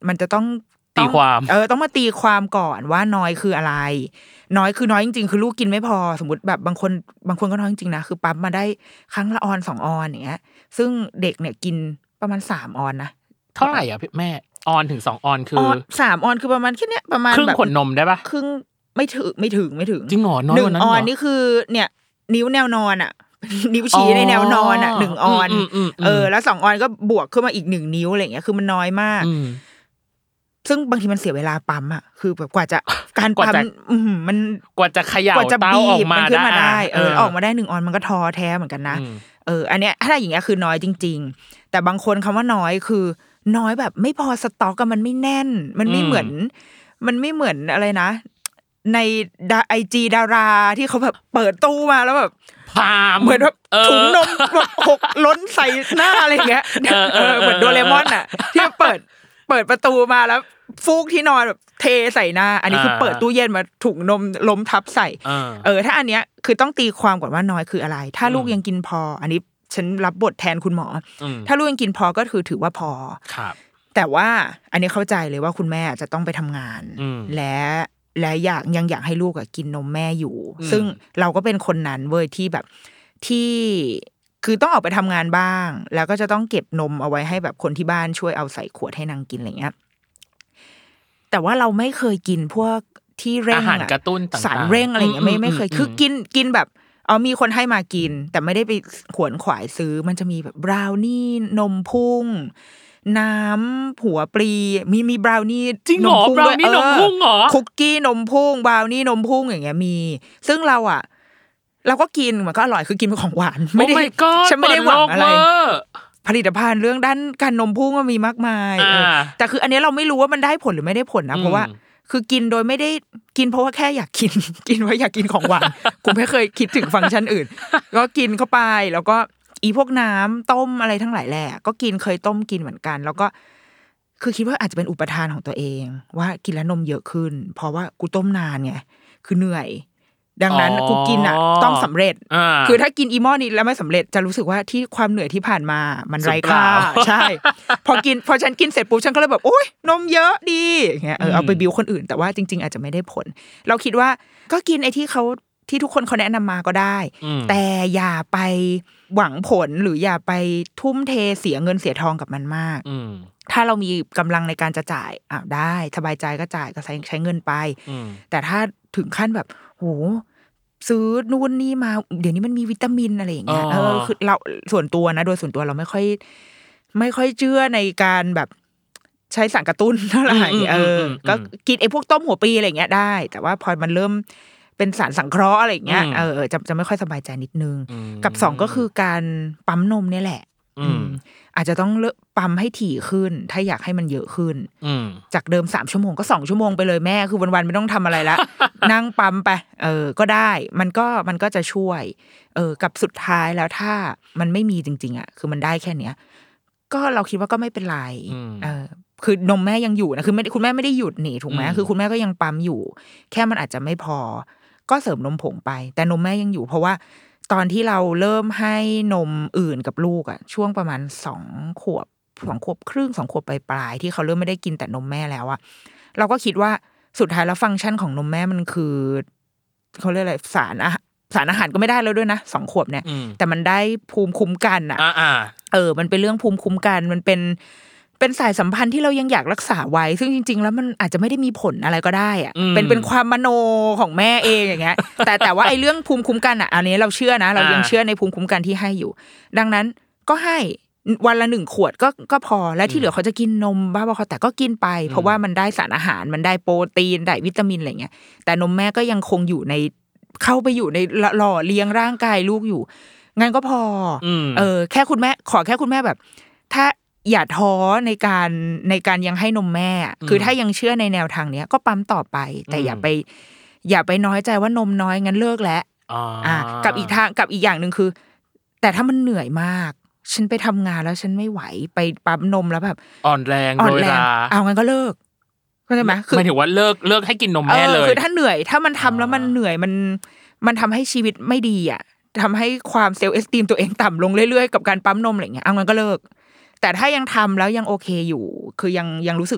มันจะต้องตีความเออต้องมาตีความก่อนว่าน้อยคืออะไรน้อยคือน้อยจริงๆคือลูกกินไม่พอสมมติแบบบางคนบางคนก็น้อยจริงๆนะคือปั๊มมาได้ครั้งละออนสองออนอย่างเงี้ยซึ่งเด็กเนี่ยกินประมาณสามออนนะเท่าไหร่อ่ะพี่แม่ออนถึงสองออนคือสามออนคือประมาณแค่เนี้ยประมาณครึ่งขวดนมได้ปะครึ่งไม่ถึงไม่ถึงไม่ถึงจริงเหรอน้อยกว่านั้นเหรอหนึ่งออนนี่คือเนี่ยนิ้วแนวนอนอ่ะนิ้วชี้ในแนวนอนอ่ะหนึ่งออนเออแล้วสองออนก็บวกขึ้นมาอีกหนึ่งนิ้วอะไรเงี้ยคือมันน้อยมากซึ่งบางทีมันเสียเวลาปั๊มอ่ะคือแบบกว่าจะการปั๊มมันกว่าจะขยับเต้าออกมาได้เออออกมาได้หนึ่งออนมันก็ท้อแท้เหมือนกันนะเอออันเนี้ยถ้าอย่างเงี้ยคือน้อยจริงๆแต่บางคนคำว่าน้อยคือน้อยแบบไม่พอสต็อกกันมันไม่แน่นมันไม่เหมือนมันไม่เหมือนอะไรนะในไอจีดาราที่เขาแบบเปิดตู้มาแล้วแบบพามเหมือนแบบถุงนมแบบหกล้นใส่หน้าอะไรอย่างเงี้ยเออเหมือนโดเรมอนอ่ะที่เปิดเปิดประตูมาแล้วฟูกที่นอนแบบเทใส่หน้าอันนี้คือเปิดตู้เย็นมาถุงนมล้มทับใส่เออถ้าอันเนี้ยคือต้องตีความก่อนว่าน้อยคืออะไรถ้าลูกยังกินพออันนี้ฉันรับบทแทนคุณหมอถ้าลูกยังกินพอก็คือถือว่าพอแต่ว่าอันนี้เข้าใจเลยว่าคุณแม่จะต้องไปทำงานและและอยากยังอยากให้ลูกกินนมแม่อยู่ซึ่งเราก็เป็นคนนั้นเว้ยที่แบบที่คือต้องออกไปทำงานบ้างแล้วก็จะต้องเก็บนมเอาไว้ให้แบบคนที่บ้านช่วยเอาใส่ขวดให้นางกินอะไรเงี้ยแต่ว่าเราไม่เคยกินพวกที่เร่งอาหารกระตุ้นต่างๆสารเร่งอะไรเงี้ยไม่ไม่เคยคือกินกินแบบเอามีคนให้มากินแต่ไม่ได้ไปขวนขวายซื้อมันจะมีแบบบราวนี่นมพุ่งน้ำหัวปลีมีมีบราวนี่นมพุ่งด้วยนมพุ่งเหรอคุกกี้นมพุ่งบราวนี่นมพุ่งอย่างเงี้ยมีซึ่งเราอ่ะเราก็กินมันก็อร่อยคือกินเป็นของหวานไม่ได้ฉันไม่ได้หวังอะไรผลิตภัณฑ์เรื่องด้านการนมพุ่งมันมีมากมายแต่คืออันนี้เราไม่รู้ว่ามันได้ผลหรือไม่ได้ผลนะเพราะว่าคือกินโดยไม่ได้กินเพราะว่าแค่อยากกินกินเพราะอยากกินของหวานกูไม่เคยคิดถึงฟังก์ชันอื่นก็กินเข้าไปแล้วก็อีพวกน้ำต้มอะไรทั้งหลายแหละก็กินเคยต้มกินเหมือนกันแล้วก็คือคิดว่าอาจจะเป็นอุปทานของตัวเองว่ากินแล้วนมเยอะขึ้นเพราะว่ากูต้มนานไงคือเหนื่อยดังนั้นกูกินอ่ะต้องสำเร็จคือถ้ากินอีหม้อนี้แล้วไม่สำเร็จจะรู้สึกว่าที่ความเหนื่อยที่ผ่านมามันไร้ค่าใช่พอกินพอฉันกินเสร็จปุ๊บฉันก็เลยแบบโอ๊ยนมเยอะดีอย่างเงี้ยเออเอาไปบิ้วคนอื่นแต่ว่าจริงๆอาจจะไม่ได้ผลเราคิดว่าก็กินไอ้ที่เขาที่ทุกคนเขาแนะนำมาก็ได้แต่อย่าไปหวังผลหรืออย่าไปทุ่มเทเสียเงินเสียทองกับมันมากถ้าเรามีกำลังในการจะจ่ายอ่ะได้สบายใจก็จ่ายก็ใช้ใช้เงินไปแต่ถ้าถึงขั้นแบบโหซื้อนู่นนี่มาเดี๋ยวนี้มันมีวิตามินอะไรอย่างเงี้ยเออคือเราส่วนตัวนะโดยส่วนตัวเราไม่ค่อยไม่ค่อยเชื่อในการแบบใช้สารกระตุ้นเท่าไหร่เออก็กินไอ้พวกต้มหัวปลีอะไรอย่างเงี้ยได้แต่ว่าพอมันเริ่มเป็นสารสังเคราะห์อะไรอย่างเงี้ยเออจะจะไม่ค่อยสบายใจนิดนึงกับสองก็คือการปั๊มนมเนี่ยแหละอาจจะต้องปั๊มให้ถี่ขึ้นถ้าอยากให้มันเยอะขึ้นจากเดิมสามชั่วโมงก็สองชั่วโมงไปเลยแม่คือวันๆไม่ต้องทำอะไรละ นั่งปั๊มไปเออก็ได้มันก็มันก็จะช่วยเออกับสุดท้ายแล้วถ้ามันไม่มีจริงๆอ่ะคือมันได้แค่เนี้ยก็เราคิดว่าก็ไม่เป็นไรเออคือนมแม่ยังอยู่นะคือไม่คุณแม่ไม่ได้หยุดหนีถูกไหมคือคุณแม่ก็ยังปั๊มอยู่แค่มันอาจจะไม่พอก็เสริมนมผงไปแต่นมแม่ยังอยู่เพราะว่าตอนที่เราเริ่มให้นมอื่นกับลูกอ่ะช่วงประมาณสองขวบสองขวบครึ่งสองขวบปลายๆที่เขาเริ่มไม่ได้กินแต่นมแม่แล้วอ่ะเราก็คิดว่าสุดท้ายแล้วฟังก์ชันของนมแม่มันคือเขาเรียกอะไรสารอาสารอาหารก็ไม่ได้แล้วด้วยนะสองขวบเนี่ยแต่มันได้ภูมิคุ้มกันอ่ะเออมันเป็นเรื่องภูมิคุ้มกันมันเป็นเป็นสายสัมพันธ์ที่เรายังอยากรักษาไว้ซึ่งจริงๆแล้วมันอาจจะไม่ได้มีผลอะไรก็ได้อ่ะเป็นเป็นความมโนของแม่เองอย่างเงี้ยแต่แต่ว่าไอ้เรื่องภูมิคุ้มกันอ่ะอันนี้เราเชื่อนะเรายังเชื่อในภูมิคุ้มกันที่ให้อยู่ดังนั้นก็ให้วันละหนึ่งขวดก็ก็พอและที่เหลือเขาจะกินนมบ้าบอแต่ก็กินไปเพราะว่ามันได้สารอาหารมันได้โปรตีนได้วิตามินอะไรเงี้ยแต่นมแม่ก็ยังคงอยู่ในเข้าไปอยู่ในหล่อเลี้ยงร่างกายลูกอยู่งั้นก็พอเออแค่คุณแม่ขอแค่คุณแม่แบบถ้าอย่าท้อในการในการยังให้นมแม่คือถ้ายังเชื่อในแนวทางเนี้ยก็ปั๊มต่อไปแต่อย่าไปอย่าไปน้อยใจว่านมน้อยงั้นเลิกแล้วอ่ากับอีกทางกับอีกอย่างนึงคือแต่ถ้ามันเหนื่อยมากฉันไปทำงานแล้วฉันไม่ไหวไปปั๊มนมแล้วแบบอ่อนแรงโดยราเอางั้นก็เลิกเข้าใจไหมคือหมายถึงว่าเลิกเลิกให้กินนมแม่เลยคือถ้าเหนื่อยถ้ามันทำแล้วมันเหนื่อยมันมันทำให้ชีวิตไม่ดีอ่ะทำให้ความเซลล์เอสตีมตัวเองต่ำลงเรื่อยๆกับการปั๊มนมอะไรเงี้ยเอางั้นก็เลิกแต่ถ้ายังทำแล้วยังโอเคอยู่คือยังยังรู้สึก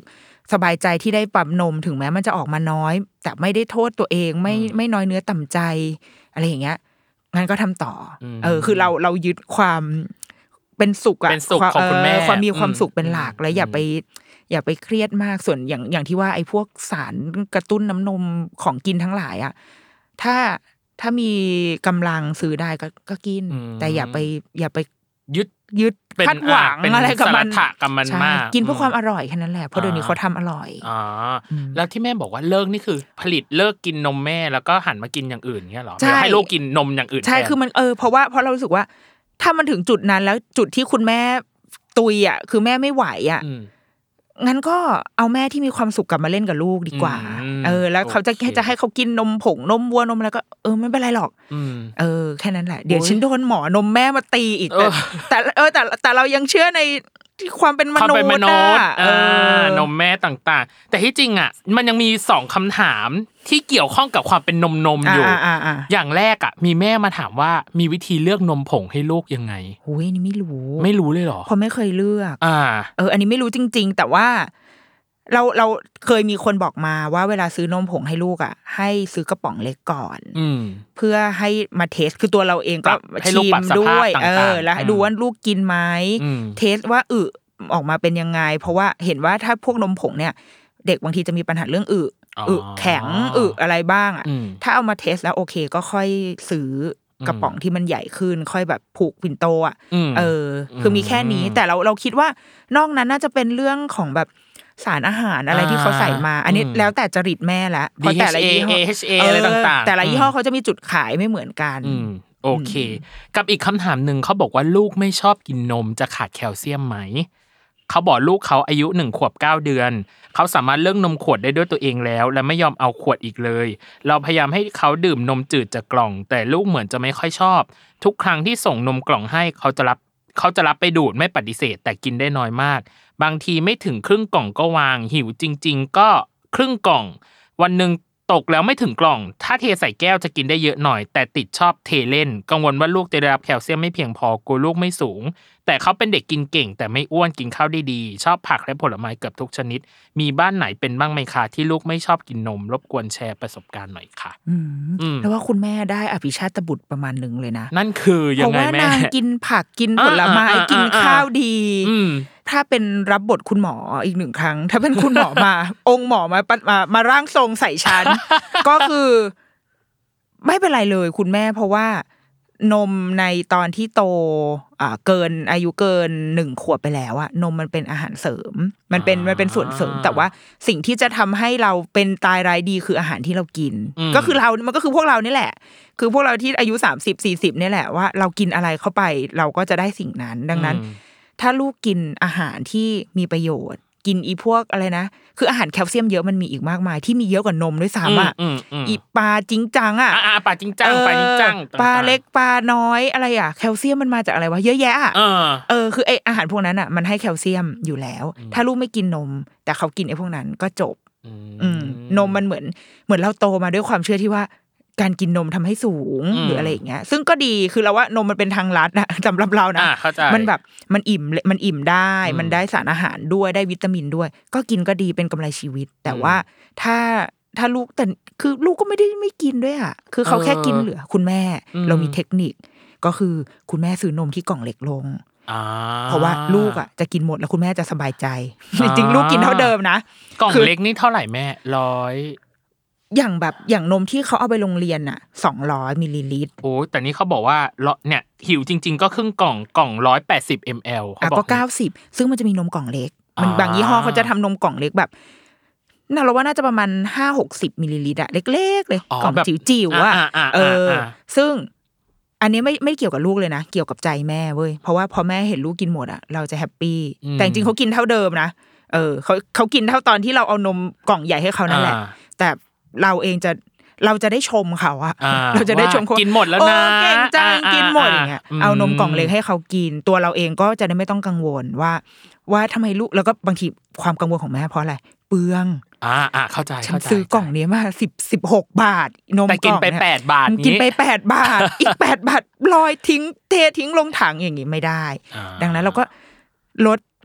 สบายใจที่ได้ปั๊มนมถึงแม้มันจะออกมาน้อยแต่ไม่ได้โทษตัวเองไม่ไม่น้อยเนื้อต่ำใจอะไรอย่างเงี้ยงั้นก็ทำต่อเออคือเราเรายึดความเป็นสุขอะเป็นสุขของคุณแม่ความมีความสุขเป็นหลักแล้วอย่าไปอย่าไปเครียดมากส่วนอย่างอย่างที่ว่าไอ้พวกสารกระตุ้นน้ำนมของกินทั้งหลายอะถ้าถ้ามีกำลังซื้อได้ก็ก็กินแต่อย่าไปอย่าไปยึดยึดคาดหวังอะไรกับมันกับมันมากกินเพื่อความอร่อยแค่นั้นแหละเพราะเดี๋ยวนี้เขาทำอร่อยอ๋อแล้วที่แม่บอกว่าเลิกนี่คือผลิตเลิกกินนมแม่แล้วก็หันมากินอย่างอื่นเงี้ยหรอให้ลูกกินนมอย่างอื่นใช่คือมันเออเพราะว่าเพราะเรารู้สึกว่าถ้ามันถึงจุดนั้นแล้วจุดที่คุณแม่ตุยอ่ะคือแม่ไม่ไหวอ่ะงั้นก็เอาแม่ที่มีความสุขกลับมาเล่นกับลูกดีกว่าเออแล้วเขาจะแค่จะให้เขากินนมผงนมวัวนมอะไรก็เออไม่เป็นไรหรอกเออแค่นั้นแหละเดี๋ยวฉันโดนหมอนมแม่มาตีอีกแต่แต่เออแต่แต่เรายังเชื่อในความเป็นมนุษย์อ่ะเออนมแม่ต่างๆแต่ที่จริงอ่ะมันยังมีสองคำถามที่เกี่ยวข้องกับความเป็นนมนมอยู่อย่างแรกอ่ะมีแม่มาถามว่ามีวิธีเลือกนมผงให้ลูกยังไงโอ้ยนี่ไม่รู้ไม่รู้เลยเหรอเพราะไม่เคยเลือกอ่าเอออันนี้ไม่รู้จริงๆแต่ว่าเราเราเคยมีคนบอกมาว่าเวลาซื้อนมผงให้ลูกอ่ะให้ซื้อกระป๋องเล็กก่อนเพื่อให้มาเทสคือตัวเราเองก็ชิมด้วยเออแล้วดูว่าลูกกินไหมเทสว่าอึออกมาเป็นยังไงเพราะว่าเห็นว่าถ้าพวกนมผงเนี่ยเด็กบางทีจะมีปัญหาเรื่องอึอึแข็งอึอะไรบ้างอ่ะถ้าเอามาเทสแล้วโอเคก็ค่อยซื้อกระป๋องที่มันใหญ่ขึ้นค่อยแบบผูกปิ่นโตอ่ะเออคือมีแค่นี้แต่เราเราคิดว่านอกนั้นน่าจะเป็นเรื่องของแบบสารอาหารอะไรที่เขาใส่มาอันนี้แล้วแต่จริตแม่ละเพราะแต่ละยี่ห้อเอ เอช เอ อะไรต่างๆแต่ละยี่ห้อเขาจะมีจุดขายไม่เหมือนกันโอเคกับอีกคำถามนึงเขาบอกว่าลูกไม่ชอบกินนมจะขาดแคลเซียมไหมเขาบอกลูกเขาอายุหนึ่งขวบเก้าเดือนเขาสามารถเลิกนมขวดได้ด้วยตัวเองแล้วและไม่ยอมเอาขวดอีกเลยเราพยายามให้เขาดื่มนมจืดจากกล่องแต่ลูกเหมือนจะไม่ค่อยชอบทุกครั้งที่ส่งนมกล่องให้เขาจะรับเขาจะรับไปดูดไม่ปฏิเสธแต่กินได้น้อยมากบางทีไม่ถึงครึ่งกล่องก็วางหิวจริงๆก็ครึ่งกล่องวันนึงตกแล้วไม่ถึงกล่องถ้าเทใส่แก้วจะกินได้เยอะหน่อยแต่ติดชอบเทเล่นกังวลว่าลูกจะได้รับแคลเซียมไม่เพียงพอกลัวลูกไม่สูงแต่เขาเป็นเด็กกินเก่งแต่ไม่อ้วนกินข้าวได้ดีชอบผักและผลไม้เกือบทุกชนิดมีบ้านไหนเป็นบ้างไหมคะที่ลูกไม่ชอบกินนมรบกวนแชร์ประสบการณ์หน่อยค่ะอืมแล้วว่าคุณแม่ได้อภิชาตบุตรประมาณนึงเลยนะนั่นคือยังไงแม่เพราะว่านางกินผักกินผลไม้กินข้าวดีถ้าเป็นรับบทคุณหมออีกหนึ่งครั้งถ้าเป็นคุณหมอมาองค์หมอมามามาร่างทรงใส่ฉันก็คือไม่เป็นไรเลยคุณแม่เพราะว่านมในตอนที่โตอ่าเกินอายุเกินหนึ่งขวบไปแล้วอะนมมันเป็นอาหารเสริมมันเป็นมันเป็นส่วนเสริมแต่ว่าสิ่งที่จะทำให้เราเป็นตายรายดีคืออาหารที่เรากินก็คือเรามันก็คือพวกเรานี่แหละคือพวกเราที่อายุสามสิบ สี่สิบนี่แหละว่าเรากินอะไรเข้าไปเราก็จะได้สิ่งนั้นดังนั้นถ้าลูกกินอาหารที่มีประโยชน์กินอีพวกอะไรนะคืออาหารแคลเซียมเยอะมันมีอีกมากมายที่มีเยอะกว่านมด้วยซ้ำอ่ะอีปลาจิงจังอ่ะปลาจิงจังปลาจิงจังปลาเล็กปลาน้อยอะไรอ่ะแคลเซียมมันมาจากอะไรวะเยอะแยะอ่ะเออคือไออาหารพวกนั้นอ่ะมันให้แคลเซียมอยู่แล้วถ้าลูกไม่กินนมแต่เขากินไอพวกนั้นก็จบนมมันเหมือนเหมือนเราโตมาด้วยความเชื่อที่ว่าการกินนมทำให้สูงหรืออะไรอย่างเงี้ยซึ่งก็ดีคือเราว่านมมันเป็นทางลัดนะสำหรับเรานะมันแบบมันอิ่มมันอิ่มได้มันได้สารอาหารด้วยได้วิตามินด้วยก็กินก็ดีเป็นกำไรชีวิตแต่ว่าถ้าถ้าลูกแต่คือลูกก็ไม่ได้ไม่กินด้วยอ่ะคือเขาแค่กินเหลือคุณแม่เรามีเทคนิคก็คือคุณแม่ซื้อนมที่กล่องเล็กลงเพราะว่าลูกอ่ะจะกินหมดแล้วคุณแม่จะสบายใจจริงๆลูกกินเท่าเดิมนะกล่องเล็กนี่เท่าไหร่แม่ร้อยอย่างแบบอย่างนมที่เขาเอาไปโรงเรียนน่ะสองร้อยมิลลิลิตรโอ้แต่นี่เขาบอกว่าเนี่ยหิวจริงๆก็ครึ่งกล่องกล่องหนึ่งร้อยแปดสิบมิลลิลิตรเขาบอกก็เก้าสิบซึ่งมันจะมีนมกล่องเล็กมันบางยี่ห้อเขาจะทำนมกล่องเล็กแบบน่าเราว่าน่าจะประมาณ ห้าหกสิบมิลลิลิตรอะเล็กๆเลยกล่องจิ๋วๆอ่ะเออซึ่งอันนี้ไม่ไม่เกี่ยวกับลูกเลยนะเกี่ยวกับใจแม่เว้ยเพราะว่าพอแม่เห็นลูกกินหมดอ่ะเราจะแฮปปี้แต่จริงๆเขากินเท่าเดิมนะเออเขาเขากินเท่าตอนที่เราเอานมกล่องใหญ่ให้เขานั่นแหละแต่เราเองจะเราจะได้ชมเขาอะเราจะได้ชมเขากินหมดแล้วนะเก่งจังกินหมดอย่างเงี้ยเอานมกล่องเล็กให้เขากินตัวเราเองก็จะได้ไม่ต้องกังวลว่าว่าทำไมลูกแล้วก็บางทีความกังวลของแม่เพราะอะไรเปลืองอ่าอ่าเข้าใจฉันซื้อกล่องนี้มาสิบ สิบหกบาทนมกล่องแต่กินไปแปดบาทกินไปแปดบาทอีกแปดบาทลอยทิ้งเททิ้งลงถังอย่างงี้ไม่ได้ดังนั้นเราก็ลด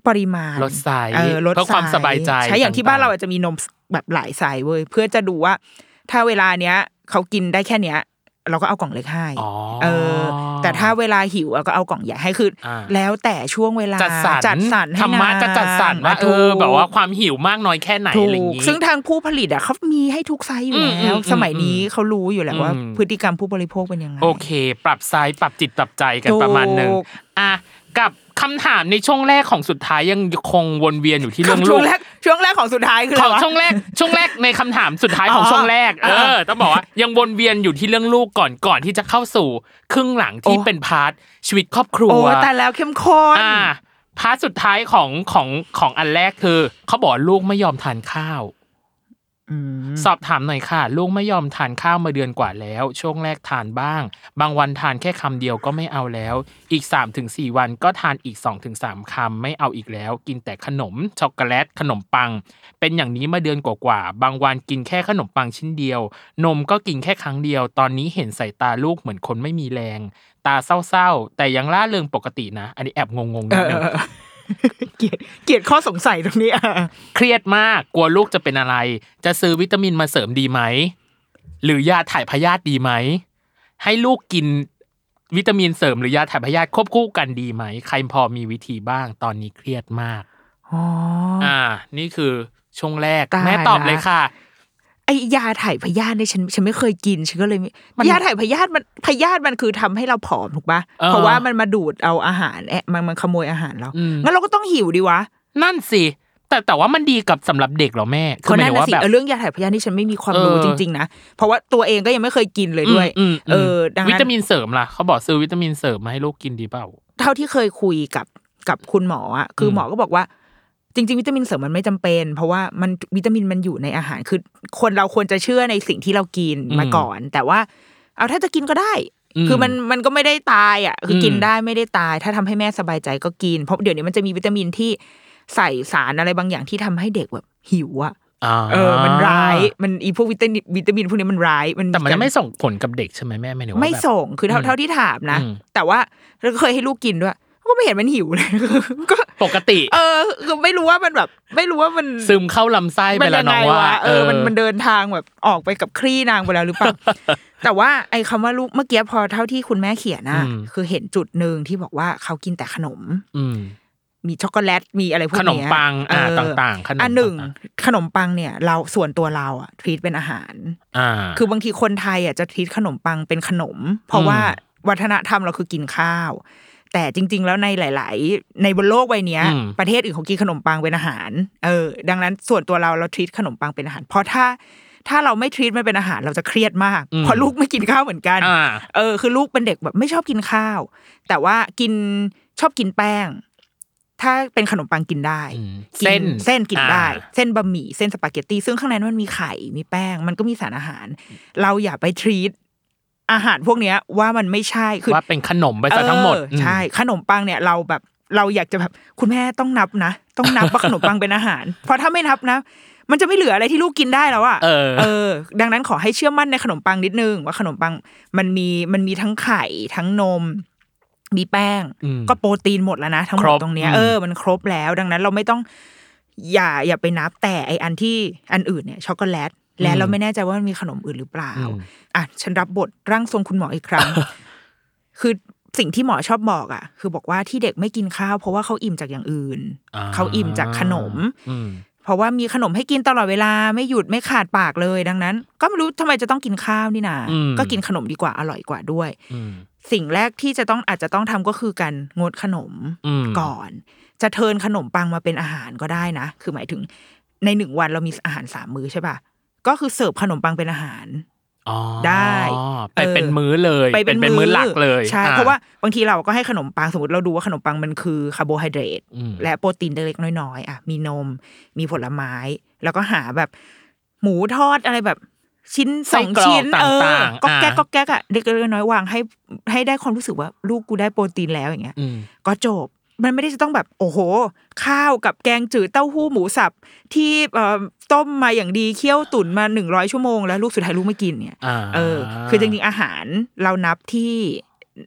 ปริมาณลดไซส์เออลดเพื่อความสบายใจใช่อย่างที่บ้านเราอาจจะมีนมแบบหลายไซส์เว้ยเพื่อจะดูว่าถ้าเวลาเนี้ยเขากินได้แค่เนี้ยเราก็เอากล่องเล็กให้เออแต่ถ้าเวลาหิวเราก็เอากล่องใหญ่ให้คือแล้วแต่ช่วงเวลาจัดสรรจัดสรรธรรมะจะจัดสรรว่าเออแบบว่าความหิวมากน้อยแค่ไหนอะไรอย่างงี้ซึ่งทางผู้ผลิตอ่ะเขามีให้ทุกไซส์อยู่แล้วสมัยนี้เขารู้อยู่แล้วว่าพฤติกรรมผู้บริโภคเป็นยังไงโอเคปรับไซส์ปรับจิตปรับใจกันประมาณนึงอ่ะกับคำถามในช่วงแรกของสุดท้ายยังคงวนเวียนอยู่ที่เรื่องลูกช่วงแรกช่วงแรกของสุดท้ายคืออะไรวะช่วงแรกช่วงแรกในคำถามสุดท้ายของช่วงแรกเออต้องบอกว่ายังวนเวียนอยู่ที่เรื่องลูกก่อนก่อนที่จะเข้าสู่ครึ่งหลังที่เป็นพาร์ทชีวิตครอบครัวโอ้แต่แล้วเข้มข้นอ่าพาร์ทสุดท้ายของของของอันแรกคือเขาบอกลูกไม่ยอมทานข้าวสอบถามหน่อยค่ะลูกไม่ยอมทานข้าวมาเดือนกว่าแล้วช่วงแรกทานบ้างบางวันทานแค่คำเดียวก็ไม่เอาแล้วอีก สามถึงสี่ วันก็ทานอีก สองถึงสาม คำไม่เอาอีกแล้วกินแต่ขนมช็อกโกแลตขนมปังเป็นอย่างนี้มาเดือนกว่าๆบางวันกินแค่ขนมปังชิ้นเดียวนมก็กินแค่ครั้งเดียวตอนนี้เห็นสายตาลูกเหมือนคนไม่มีแรงตาเศร้าๆแต่ยังร่าเริงปกตินะอันนี้แอบงงๆนิดนึงเกลียดเกลียดข้อสงสัยตรงนี้เครียดมากกลัวลูกจะเป็นอะไรจะซื้อวิตามินมาเสริมดีไหมหรือยาถ่ายพยาธิดีไหมให้ลูกกินวิตามินเสริมหรือยาถ่ายพยาธิควบคู่กันดีไหมใครพอมีวิธีบ้างตอนนี้เครียดมากอ๋ออ่านี่คือช่วงแรกแม่ตอบเลยค่ะไอ้ยาถ่ายพยาธิเนี่ยฉันฉันไม่เคยกินฉันก็เลยยาถ่ายพยาธิมันพยาธิมันคือทำให้เราผอมถูกป่ะเพราะว่ามันมาดูดเอาอาหารแอะมันมันขโมยอาหารเรางั้นเราก็ต้องหิวดิวะนั่นสิแต่แต่ว่ามันดีกับสำหรับเด็กเหรอแม่คือหมายถึงว่าแบบเรื่องยาถ่ายพยาธินี่ฉันไม่มีความรู้จริงๆนะเพราะว่าตัวเองก็ยังไม่เคยกินเลยด้วยเออดังนั้นวิตามินเสริมล่ะเขาบอกซื้อวิตามินเสริมมาให้ลูกกินดีเปล่าเท่าที่เคยคุยกับกับคุณหมออ่ะคือหมอก็บอกว่าจริงๆวิตามินเสริมมันไม่จำเป็นเพราะว่ามันวิตามินมันอยู่ในอาหารคือคนเราควรจะเชื่อในสิ่งที่เรากินมาก่อนแต่ว่าเอาถ้าจะกินก็ได้คือมันมันก็ไม่ได้ตายอ่ะคือกินได้ไม่ได้ตายถ้าทำให้แม่สบายใจก็กินเพราะเดี๋ยวนี้มันจะมีวิตามินที่ใส่สารอะไรบางอย่างที่ทำให้เด็กแบบหิวอ่ะเออมันร้ายมันอีพวกวิตามินวิตามินพวกนี้มันร้ายมันแต่มันไม่ส่งผลกับเด็กใช่ไหมแม่ไม่ไม่ส่งคือเท่าเท่าที่ถามนะแต่ว่าเราเคยให้ลูกกินด้วยก็ไม่เห็นมันหิวเลยก็ปกติเออคือไม่รู้ว่ามันแบบไม่รู้ว่ามันซึมเข้าลำไส้ไปแล้วน้องว่าเออมันมันเดินทางแบบออกไปกับครี่นางไปแล้วหรือเปล่าแต่ว่าไอ้คำว่าลูกเมื่อกี้พอเท่าที่คุณแม่เขียนน่ะคือเห็นจุดนึงที่บอกว่าเขากินแต่ขนมมีช็อกโกแลตมีอะไรพวกนี้ขนมปังอ่าต่างๆขนมอันหนึ่งขนมปังเนี่ยเราส่วนตัวเราอ่ะทรีตเป็นอาหารอ่าคือบางทีคนไทยอ่ะจะทรีตขนมปังเป็นขนมเพราะว่าวัฒนธรรมเราคือกินข้าวแต่จริงๆแล้วในหลายๆในบนโลกใบนี้ประเทศอื่นเขากินขนมปังเป็นอาหารเออดังนั้นส่วนตัวเราเราทรีตขนมปังเป็นอาหารเพราะถ้าถ้าเราไม่ทรีตมันเป็นอาหารเราจะเครียดมากเพราะลูกไม่กินข้าวเหมือนกันเออคือลูกเป็นเด็กแบบไม่ชอบกินข้าวแต่ว่ากินชอบกินแป้งถ้าเป็นขนมปังกินได้เส้นเส้นกินได้เส้นบะหมี่เส้นสปาเกตตี้ซึ่งข้างในมันมีไข่มีแป้งมันก็มีสารอาหารเราอย่าไปทรีตอาหารพวกนี้ว่ามันไม่ใช่คือว่าเป็นขนมไปซะทั้งหมดใช่ขนมปังเนี่ยเราแบบเราอยากจะแบบคุณแม่ต้องนับนะต้องนับว่าขนมปังเป็นอาหารเพราะถ้าไม่นับนะมันจะไม่เหลืออะไรที่ลูกกินได้แล้วอ่ะเออเออดังนั้นขอให้เชื่อมั่นในขนมปังนิดนึงว่าขนมปังมันมีมันมีทั้งไข่ทั้งนมมีแป้งก็โปรตีนหมดแล้วนะทั้งหมดตรงเนี้ยเออมันครบแล้วดังนั้นเราไม่ต้องอย่าอย่าไปนับแต่ไออันที่อันอื่นเนี่ยช็อกโกแลตและเราไม่แน่ใจว่ามันมีขนมอื่นหรือเปล่าอ่ะฉันรับบทร่างทรงคุณหมออีกครั้ง คือสิ่งที่หมอชอบบอกอ่ะคือบอกว่าที่เด็กไม่กินข้าวเพราะว่าเขาอิ่มจากอย่างอื่นเขาอิ่มจากขนมเพราะว่ามีขนมให้กินตลอดเวลาไม่หยุดไม่ขาดปากเลยดังนั้นก็ไม่รู้ทำไมจะต้องกินข้าวนี่นาก็กินขนมดีกว่าอร่อยกว่าด้วยสิ่งแรกที่จะต้องอาจจะต้องทำก็คือการงดขนมก่อนจะเทิร์นขนมปังมาเป็นอาหารก็ได้นะคือหมายถึงในหนึ่งวันเรามีอาหารสามมื้อใช่ป่ะก็คือเสิร์ฟขนมปังเป็นอาหารได้ไปเป็นมื้อเลยไปเป็นมื้อหลักเลยใช่เพราะว่าบางทีเราก็ให้ขนมปังสมมติเราดูว่าขนมปังมันคือคาร์โบไฮเดรตและโปรตีนเล็กๆน้อยๆอ่ะมีนมมีผลไม้แล้วก็หาแบบหมูทอดอะไรแบบชิ้นสองชิ้นเออก็แก๊กก็แก๊กอ่ะเล็กๆน้อยๆวางให้ให้ได้ความรู้สึกว่าลูกกูได้โปรตีนแล้วอย่างเงี้ยก็จบมันไม่ได้จะต้องแบบโอ้โหข้าวกับแกงจืดเต้าหู้หมูสับที่เอ่อต้มมาอย่างดีเคี่ยวตุ๋นมาหนึ่งร้อยชั่วโมงแล้วลูกสุดท้ายลูกไม่กินเนี่ยเออคือจริงๆอาหารเรานับที่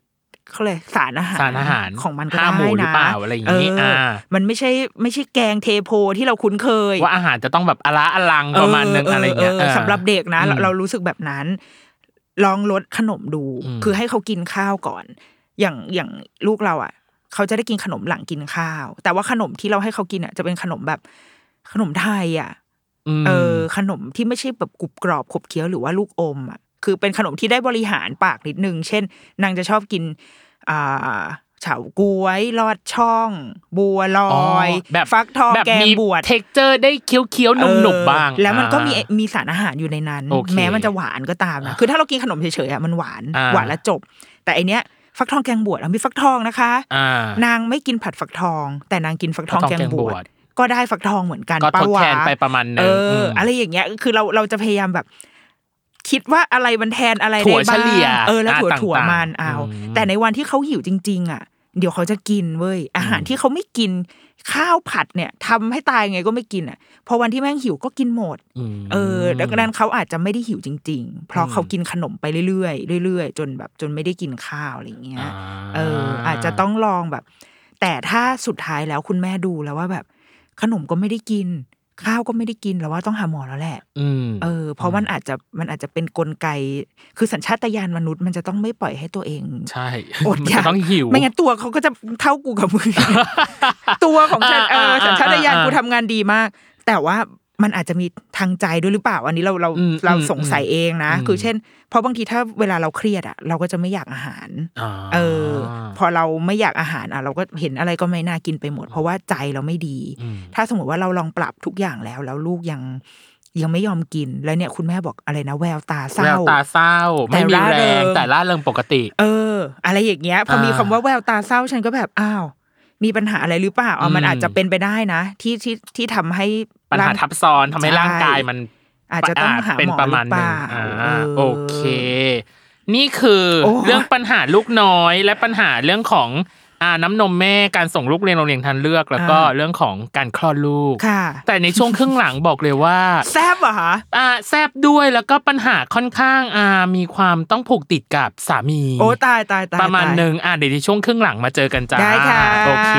เขาเลยสารอาหารสารอาหารของมันก็ได้นะห้าหมู่หรือเปล่าอะไรอย่างงี้อ่ามันไม่ใช่ไม่ใช่แกงเทโพที่เราคุ้นเคยว่าอาหารจะต้องแบบอะละอลังประมาณนึงอะไรเงี้ยสำหรับเด็กนะเรารู้สึกแบบนั้นลองลดขนมดูคือให้เขากินข้าวก่อนอย่างอย่างลูกเราอ่ะเขาจะได้กินขนมหลังกินข้าวแต่ว่าขนมที่เราให้เขากินอ่ะจะเป็นขนมแบบขนมไทยอ่ะเออขนมที่ไม่ใช่แบบกรุบกรอบขบเคี้ยวหรือว่าลูกอมอ่ะคือเป็นขนมที่ได้บริหารปากนิดนึงเช่นนางจะชอบกินอ่าเฉาก๊วยลอดช่องบัวลอยฟักทองแกงบวชเท็กเจอร์ได้เคี้ยวๆนุ่มๆบ้างแล้วมันก็มีมีสารอาหารอยู่ในนั้นแม้มันจะหวานก็ตามนะคือถ้าเรากินขนมเฉยๆอ่ะมันหวานหวานแล้วจบแต่อันเนี้ยฟักทองแกงบวชมีฟักทองนะคะนางไม่กินผัดฟักทองแต่นางกินฟักทองแกงบวชก็ได้ฟักทองเหมือนกันก็ทดแทนไปประมาณนึงเอออะไรอย่างเงี้ยคือเราเราจะพยายามแบบคิดว่าอะไรมันแทนอะไรได้บ้างเออแล้วถั่วถั่วมันเอาแต่ในวันที่เขาหิวจริงๆอ่ะเดี๋ยวเขาจะกินเว้ยอาหารที่เขาไม่กินข้าวผัดเนี่ยทำให้ตายไงก็ไม่กินอ่ะพอวันที่แม่งหิวก็กินหมดเออดังนั้นเขาอาจจะไม่ได้หิวจริงๆเพราะเขากินขนมไปเรื่อยๆเรื่อยๆจนแบบจนไม่ได้กินข้าวอะไรเงี้ยเอออาจจะต้องลองแบบแต่ถ้าสุดท้ายแล้วคุณแม่ดูแล้วว่าแบบขนมก็ไม่ได้กินข้าวก็ไม่ได้กินแล้วว่าต้องหาหมอแล้วแหละเออเพราะมันอาจจะมันอาจจะเป็นกลไกคือสัญชาตญาณมนุษย์มันจะต้องไม่ปล่อยให้ตัวเองใช่อดอยากต้องหิวไม่งั้นตัวเขาก็จะเท่ากูกับมึง ตัวของฉันเออสัญชาตญาณกูทำงานดีมากแต่ว่ามันอาจจะมีทางใจด้วยหรือเปล่าอันนี้เราเราเราสงสัยเองนะคือเช่นเพราะบางทีถ้าเวลาเราเครียดอ่ะเราก็จะไม่อยากอาหารเออพอเราไม่อยากอาหารอ่ะเราก็เห็นอะไรก็ไม่น่ากินไปหมดเพราะว่าใจเราไม่ดีถ้าสมมติว่าเราลองปรับทุกอย่างแล้วแล้วลูกยังยังไม่ยอมกินแล้วเนี่ยคุณแม่บอกอะไรนะแววตาเศร้าแววตาเศร้าไม่มีแรงแต่ร่าเริงปกติเอออะไรอย่างเงี้ยพอมีคำว่าแววตาเศร้าฉันก็แบบอ้าวมีปัญหาอะไรหรือเปล่าอ๋อมันอาจจะเป็นไปได้นะที่ที่ที่ทำให้ปัญหาทับซ้อนทำให้ร่างกายมันอาจจะต้องหาหมอหรือเปล่าโอเคนี่คือเรื่องปัญหาลูกน้อยและปัญหาเรื่องของอ่าน้ำนมแม่การส่งลูกเรียนโรงเรียนทันเลือกแล้วก็เรื่องของการคลอดลูกแต่ในช่วงครึ่งหลังบอกเลยว่าแซ่บเหรอคะอ่าแซ่บด้วยแล้วก็ปัญหาค่อนข้างอ่ามีความต้องผูกติดกับสามีโอ้ตายตายตายประมาณนึงอ่าเดี๋ยวในช่วงครึ่งหลังมาเจอกันจ้าได้ค่ะโอเค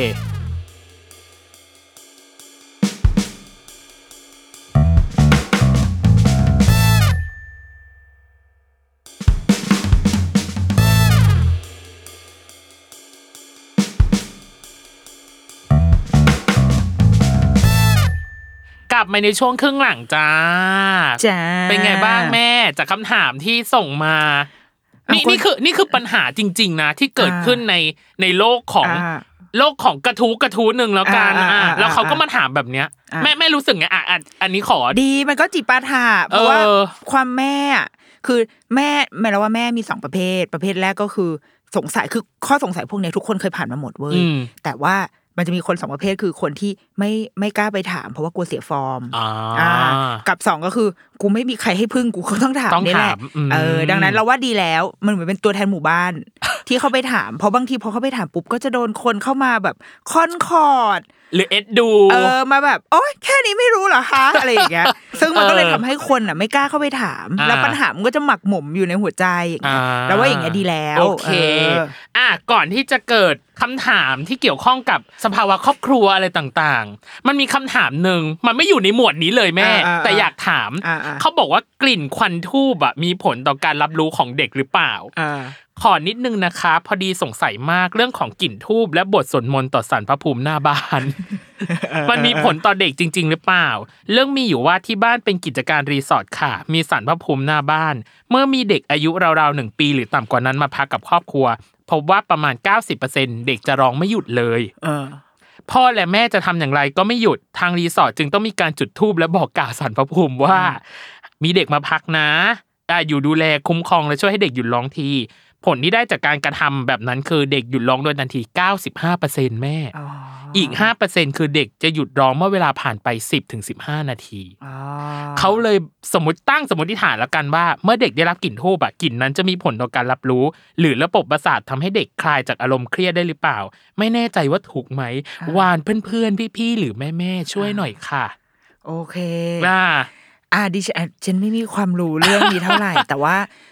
กลับมาในช่วงครึ่งหลังจ้าจ้าเป็นไงบ้างแม่จากคำถามที่ส่งมานี่นี่คือนี่คือปัญหาจริงๆนะที่เกิดขึ้นในในโลกของโลกของกระทู้กระทู้นึงแล้วกันอ่าแล้วเขาก็มาถามแบบเนี้ยแม่แม่รู้สึกไงอ่ะอันนี้ขอดีมันก็จิปาถะเพราะว่าความแม่คือแม่แม่แล้วว่าแม่มีสองประเภทประเภทแรกก็คือสงสัยคือข้อสงสัยพวกนี้ทุกคนเคยผ่านมาหมดเว้ยแต่ว่ามันจะมีคนสองประเภทคือคนที่ไม่ไม่กล้าไปถามเพราะว่ากลัวเสียฟอร์มอ่ากับสองก็คือกูไม่มีใครให้พึ่งกูก็ต้องถามนี่แหละเออดังนั้นเราว่าดีแล้วมันเหมือนเป็นตัวแทนหมู่บ้านที่เขาไปถามเพราะบางทีพอเขาไปถามปุ๊บก็จะโดนคนเข้ามาแบบค่อนคอร์ดหรือเอ็ดดูเออมาแบบโอ๊ยแค่นี้ไม่รู้เหรอคะอะไรอย่างเงี้ยซึ่งมันก็เลยทำให้คนอ่ะไม่กล้าเข้าไปถามแล้วปัญหามันก็จะหมักหมมอยู่ในหัวใจอย่างเงี้ยแล้วว่าอย่างเงี้ยดีแล้วโอเคอ่ะก่อนที่จะเกิดคำถามที่เกี่ยวข้องกับสภาวะครอบครัวอะไรต่างๆมันมีคำถามนึงมันไม่อยู่ในหมวดนี้เลยแม่แต่อยากถามเขาบอกว่ากลิ่นควันธูปอ่ะมีผลต่อการรับรู้ของเด็กหรือเปล่าขอนิดนึงนะคะพอดีสงสัยมากเรื่องของกลิ่นธูปและบทสวดมนต์ต่อศาลพระภูมิหน้าบ้าน มันมีผลต่อเด็กจริงๆหรือเปล่าเรื่องมีอยู่ว่าที่บ้านเป็นกิจการรีสอร์ทค่ะมีศาลพระภูมิหน้าบ้านเมื่อมีเด็กอายุราวๆหนึ่งปีหรือต่ำกว่านั้นมาพักกับครอบครัวพบว่าประมาณ เก้าสิบเปอร์เซ็นต์ เด็กจะร้องไม่หยุดเลยเออพ่อและแม่จะทำอย่างไรก็ไม่หยุดทางรีสอร์ทจึงต้องมีการจุดธูปและบอกกล่าวศาลพระภูมิว่ามีเด็กมาพักนะอยู่ดูแลคุ้มครองและช่วยให้เด็กหยุดร้องทีผลที่ได้จากการกระทำแบบนั้นคือเด็กหยุดร้องโดยทันที เก้าสิบห้าเปอร์เซ็นต์ แม่อีก ห้าเปอร์เซ็นต์ คือเด็กจะหยุดร้องเมื่อเวลาผ่านไป สิบถึงสิบห้า นาทีเขาเลยสมมติตั้งสมมติฐานแล้วกันว่าเมื่อเด็กได้รับกลิ่นธูปอ่ะกลิ่นนั้นจะมีผลต่อการรับรู้หรือระบบประสาททำให้เด็กคลายจากอารมณ์เครียดได้หรือเปล่าไม่แน่ใจว่าถูกไหมวานเพื่อนๆพี่ๆหรือแม่ๆช่วยหน่อยค่ะโอเคอ่าอ่าดิฉันฉันไม่มีความรู้เรื่องนี้เท่าไหร่แต่ว่า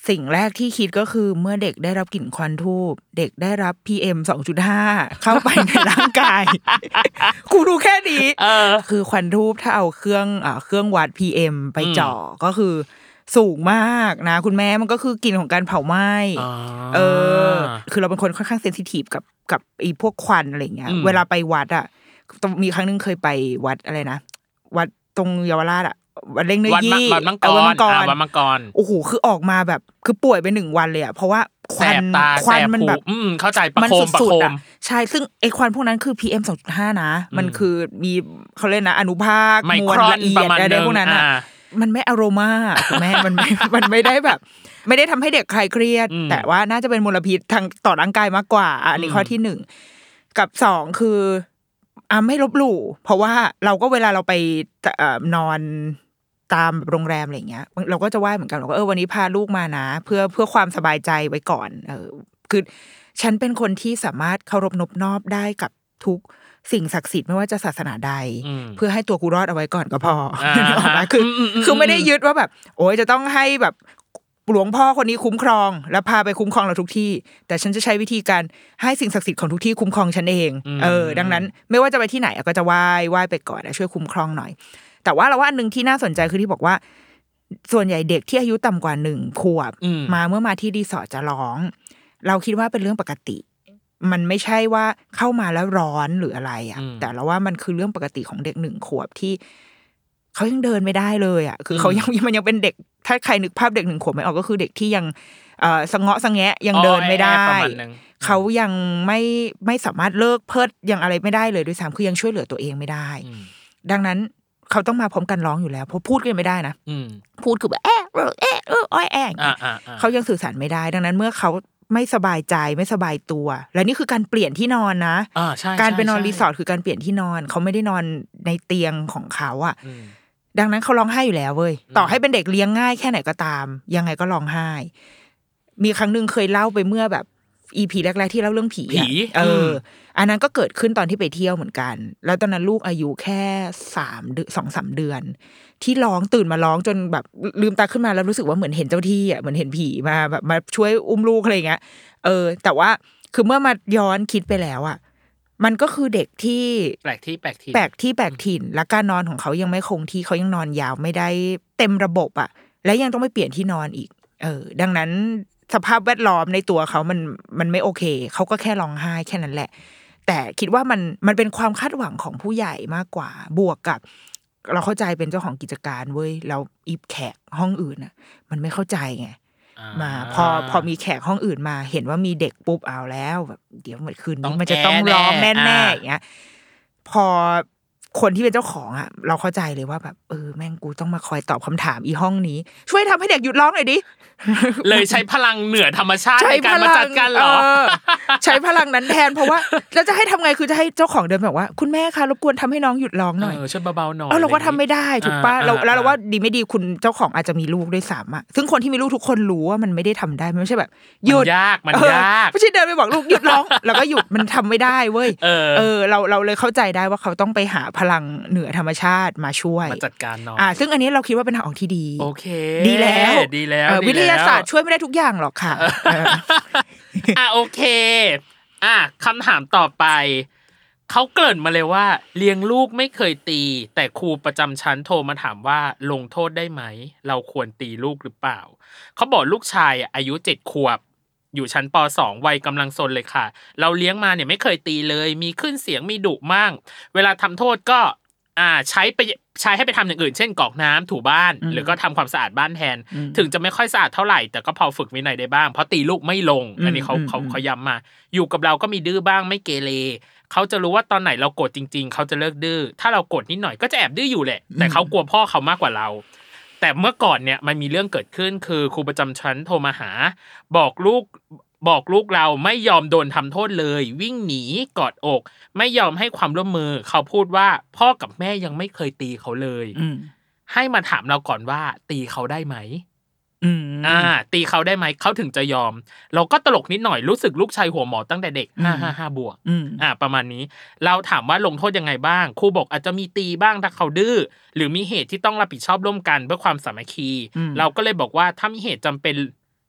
สิ่งแรกที่คิดก็คือเมื่อเด็กได้รับกลิ่นควันธูปเด็กได้รับ พี เอ็ม สองจุดห้า เข้าไปในร่างกายกูดูแค่นี้คือควันธูปถ้าเอาเครื่องอ่าเครื่องวัด พี เอ็ม ไปเจาะก็คือสูงมากนะคุณแม่มันก็คือกลิ่นของการเผาไหม้เออคือเราเป็นคนค่อนข้างเซนซิทีฟกับกับไอ้พวกควันอะไรเงี้ยเวลาไปวัดอ่ะมีครั้งนึงเคยไปวัดอะไรนะวัดตรงเยาวราชอ่ะวัดเล่งเนยยี่วัดมังกรวัดมังกรวัดมังกรโอ้โหคือออกมาแบบคือป่วยไปหนึ่งวันเลยอ่ะเพราะว่าควันควันมันแบบอืมเข้าใจประโคมประโคมใช่ซึ่งไอ้ควันพวกนั้นคือ พี เอ็ม สองจุดห้า นะมันคือมีเขาเรียกนะอนุภาคมวลละเอียดอะไรพวกนั้นอ่ะมันไม่อโรมาถูกมั้ยมันไม่มันไม่ได้แบบไม่ได้ทำให้เด็กคลายเครียดแต่ว่าน่าจะเป็นมลพิษทางต่อร่างกายมากกว่าอันนี้ข้อที่หนึ่งกับสองคืออ่ะไม่ลบหลู่เพราะว่าเราก็เวลาเราไปเอ่อนอนตามโรงแรมอะไรอย่างเงี้ยเราก็จะไหว้เหมือนกันเราก็เออวันนี้พาลูกมานะเพื่อเพื่อความสบายใจไว้ก่อนเออคือฉันเป็นคนที่สามารถเคารพนบนอบได้กับทุกสิ่งศักดิ์สิทธิ์ไม่ว่าจะศาสนาใดเพื่อให้ตัวกูรอดเอาไว้ก่อนก็พอนะคือคือไม่ได้ยึดว่าแบบโอ๊ยจะต้องให้แบบหลวงพ่อคนนี้คุ้มครองแล้วพาไปคุ้มครองเราทุกที่แต่ฉันจะใช้วิธีการให้สิ่งศักดิ์สิทธิ์ของทุกที่คุ้มครองฉันเองเออดังนั้นไม่ว่าจะไปที่ไหนก็จะไหว้ไหว้ไปก่อนนะช่วยคุ้มครองหน่อยแต่ว่าเราว่าอันนึงที่น่าสนใจคือที่บอกว่าส่วนใหญ่เด็กที่อายุต่ำกว่าหนึ่งขวบมาเมื่อมาที่รีสอร์ทจะร้องเราคิดว่าเป็นเรื่องปกติมันไม่ใช่ว่าเข้ามาแล้วร้อนหรืออะไรอ่ะแต่เราว่ามันคือเรื่องปกติของเด็กหนึ่งขวบที่เขายังเดินไม่ได้เลยอ่ะคือเขายังมันยังเป็นเด็กถ้าใครนึกภาพเด็กหนึ่งขวบไม่ออกก็คือเด็กที่ยังเอ่อสะเงาะสะแงะยังเดินไม่ได้เขายังไม่ไม่สามารถเลิกเพิดยังอะไรไม่ได้เลยด้วยซ้ำคือยังช่วยเหลือตัวเองไม่ได้ดังนั้นเขาต้องมาพร้อมกันร้องอยู่แล้วเพราะพูดกันไม่ได้นะพูดคือแบบแอะเออแอะเอออ้อยแอะเขายังสื่อสารไม่ได้ดังนั้นเมื่อเขาไม่สบายใจไม่สบายตัวและนี่คือการเปลี่ยนที่นอนนะการไปนอนรีสอร์ทคือการเปลี่ยนที่นอนเขาไม่ได้นอนในเตียงของเขาอ่ะดังนั้นเขาร้องไห้อยู่แล้วเว้ยต่อให้เป็นเด็กเลี้ยงง่ายแค่ไหนก็ตามยังไงก็ร้องไห้มีครั้งนึงเคยเล่าไปเมื่อแบบ อี พี แรกๆที่เล่าเรื่องผีอ่ะเอออันนั้นก็เกิดขึ้นตอนที่ไปเที่ยวเหมือนกันแล้วตอนนั้นลูกอายุแค่สามเดือน สองสาม เดือนที่ร้องตื่นมาร้องจนแบบลืมตาขึ้นมาแล้วรู้สึกว่าเหมือนเห็นเจ้าที่อ่ะเหมือนเห็นผีมาแบบมาช่วยอุ้มลูกอะไรอย่างเงี้ยเออแต่ว่าคือเมื่อมาย้อนคิดไปแล้วอ่ะมันก็คือเด็กที่แปลกที่แปลกถิ่นแปลกที่แปลกถิ่นและการนอนของเขายังไม่คงที่เขายังนอนยาวไม่ได้เต็มระบบอ่ะและยังต้องไปเปลี่ยนที่นอนอีกเออดังนั้นสภาพแวดล้อมในตัวเขามันมันไม่โอเคเขาก็แค่ร้องไห้แค่นั้นแหละแต่คิดว่ามันมันเป็นความคาดหวังของผู้ใหญ่มากกว่าบวกกับเราเข้าใจเป็นเจ้าของกิจการเว้ยแล้วอีแขกห้องอื่นน่ะมันไม่เข้าใจไงมาพอพอมีแขกห้องอื่นมาเห็นว่ามีเด็กปุ๊บเอาแล้วแบบเดี๋ยวเหมือนคืนนี้มันจะต้องร้องแน่ๆอย่างเงี้ยพอคนที่เป็นเจ้าของอ่ะเราเข้าใจเลยว่าแบบเออแม่งกูต้องมาคอยตอบคำถามอีห้องนี้ช่วยทำให้เด็กหยุดร้องหน่อยดิเลยใช้พลังเหนือธรรมชาติในการมาจัดการหรอใช้พลังนั้นแทนเพราะว่าแล้วจะให้ทำไงคือจะให้เจ้าของเดินแบบว่าคุณแม่คะรบกวนทำให้น้องหยุดร้องหน่อยเออช่วยเบาๆหน่อยเออเราก็ทำไม่ได้ถูกป่ะเราแล้วเราว่าดีไม่ดีคุณเจ้าของอาจจะมีลูกด้วยซ้ำอ่ะซึ่งคนที่มีลูกทุกคนรู้ว่ามันไม่ได้ทำได้ไม่ใช่แบบหยุดยากมันยากไม่ใช่เดินไปบอกลูกหยุดร้องแล้วก็หยุดมันทำไม่ได้เว้ยเออเราเราเลยเข้าใจได้ว่าเขาต้องไปหาพลังเหนือธรรมชาติมาช่วยมาจัดการน้องอ่าซึ่งอันนี้เราคิดว่าเป็นทางออกที่ดีโอเคดีแล้วดีแล้ววิทยาศาสตร์ช่วยไม่ได้ทุกอย่างหรอกค่ะอ่ะโอเคอ่ะคำถามต่อไปเขาเกริ่นมาเลยว่าเลี้ยงลูกไม่เคยตีแต่ครูประจำชั้นโทรมาถามว่าลงโทษได้ไหมเราควรตีลูกหรือเปล่าเขาบอกลูกชายอายุเจ็ดขวบอยู่ชั้นป.สอง วัยกำลังซนเลยค่ะเราเลี้ยงมาเนี่ยไม่เคยตีเลยมีขึ้นเสียงมีดุมั่งเวลาทำโทษก็อ่าใช้ไปใช้ให้ไปทำอย่างอื่นเช่นกรอกน้ำถูบ้านหรือก็ทำความสะอาดบ้านแทนถึงจะไม่ค่อยสะอาดเท่าไหร่แต่ก็พอฝึกวินัยได้บ้างเพราะตีลูกไม่ลงอันนี้เขาเขาเขาย้ำมาอยู่กับเราก็มีดื้อบ้างไม่เกเรเขาจะรู้ว่าตอนไหนเราโกรธจริงๆเขาจะเลิกดื้อถ้าเราโกรธนิดหน่อยก็จะแอบดื้ออยู่แหละแต่เขากลัวพ่อเขามากกว่าเราแต่เมื่อก่อนเนี่ยมันมีเรื่องเกิดขึ้นคือครูประจำชั้นโทรมาหาบอกลูกบอกลูกเราไม่ยอมโดนทำโทษเลยวิ่งหนีกอดอกไม่ยอมให้ความร่วมมือเขาพูดว่าพ่อกับแม่ยังไม่เคยตีเขาเลยให้มาถามเราก่อนว่าตีเขาได้ไหมอ่าตีเขาได้ไหมเขาถึงจะยอมเราก็ตลกนิดหน่อยรู้สึกลูกชายหัวหมอตั้งแต่เด็กห้า ห้า ห้าบวกอ่าประมาณนี้เราถามว่าลงโทษยังไงบ้างครูบอกอาจจะมีตีบ้างถ้าเขาดื้อหรือมีเหตุที่ต้องรับผิดชอบร่วมกันเพื่อความสามัคคีเราก็เลยบอกว่าถ้ามีเหตุจำเป็น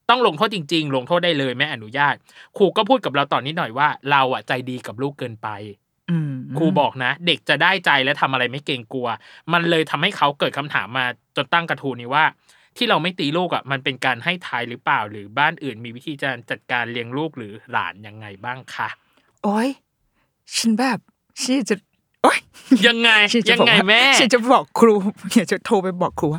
ต้องลงโทษจริงๆลงโทษได้เลยแม่อนุญาตครูก็พูดกับเราต่อนิดหน่อยว่าเราอ่ะใจดีกับลูกเกินไปครูบอกนะเด็กจะได้ใจและทำอะไรไม่เกรงกลัวมันเลยทำให้เขาเกิดคำถามมาจนตั้งกระทู้นี้ว่าที่เราไม่ตีลูกอ่ะมันเป็นการให้ทายหรือเปล่าหรือบ้านอื่นมีวิธีการจัดการเลี้ยงลูกหรือหลานยังไงบ้างคะโอ๊ยฉันแบบฉันจะโอ๊ยยังไงยังไงแม่ฉันจะบอกครูอยากจะโทรไปบอกครูว่า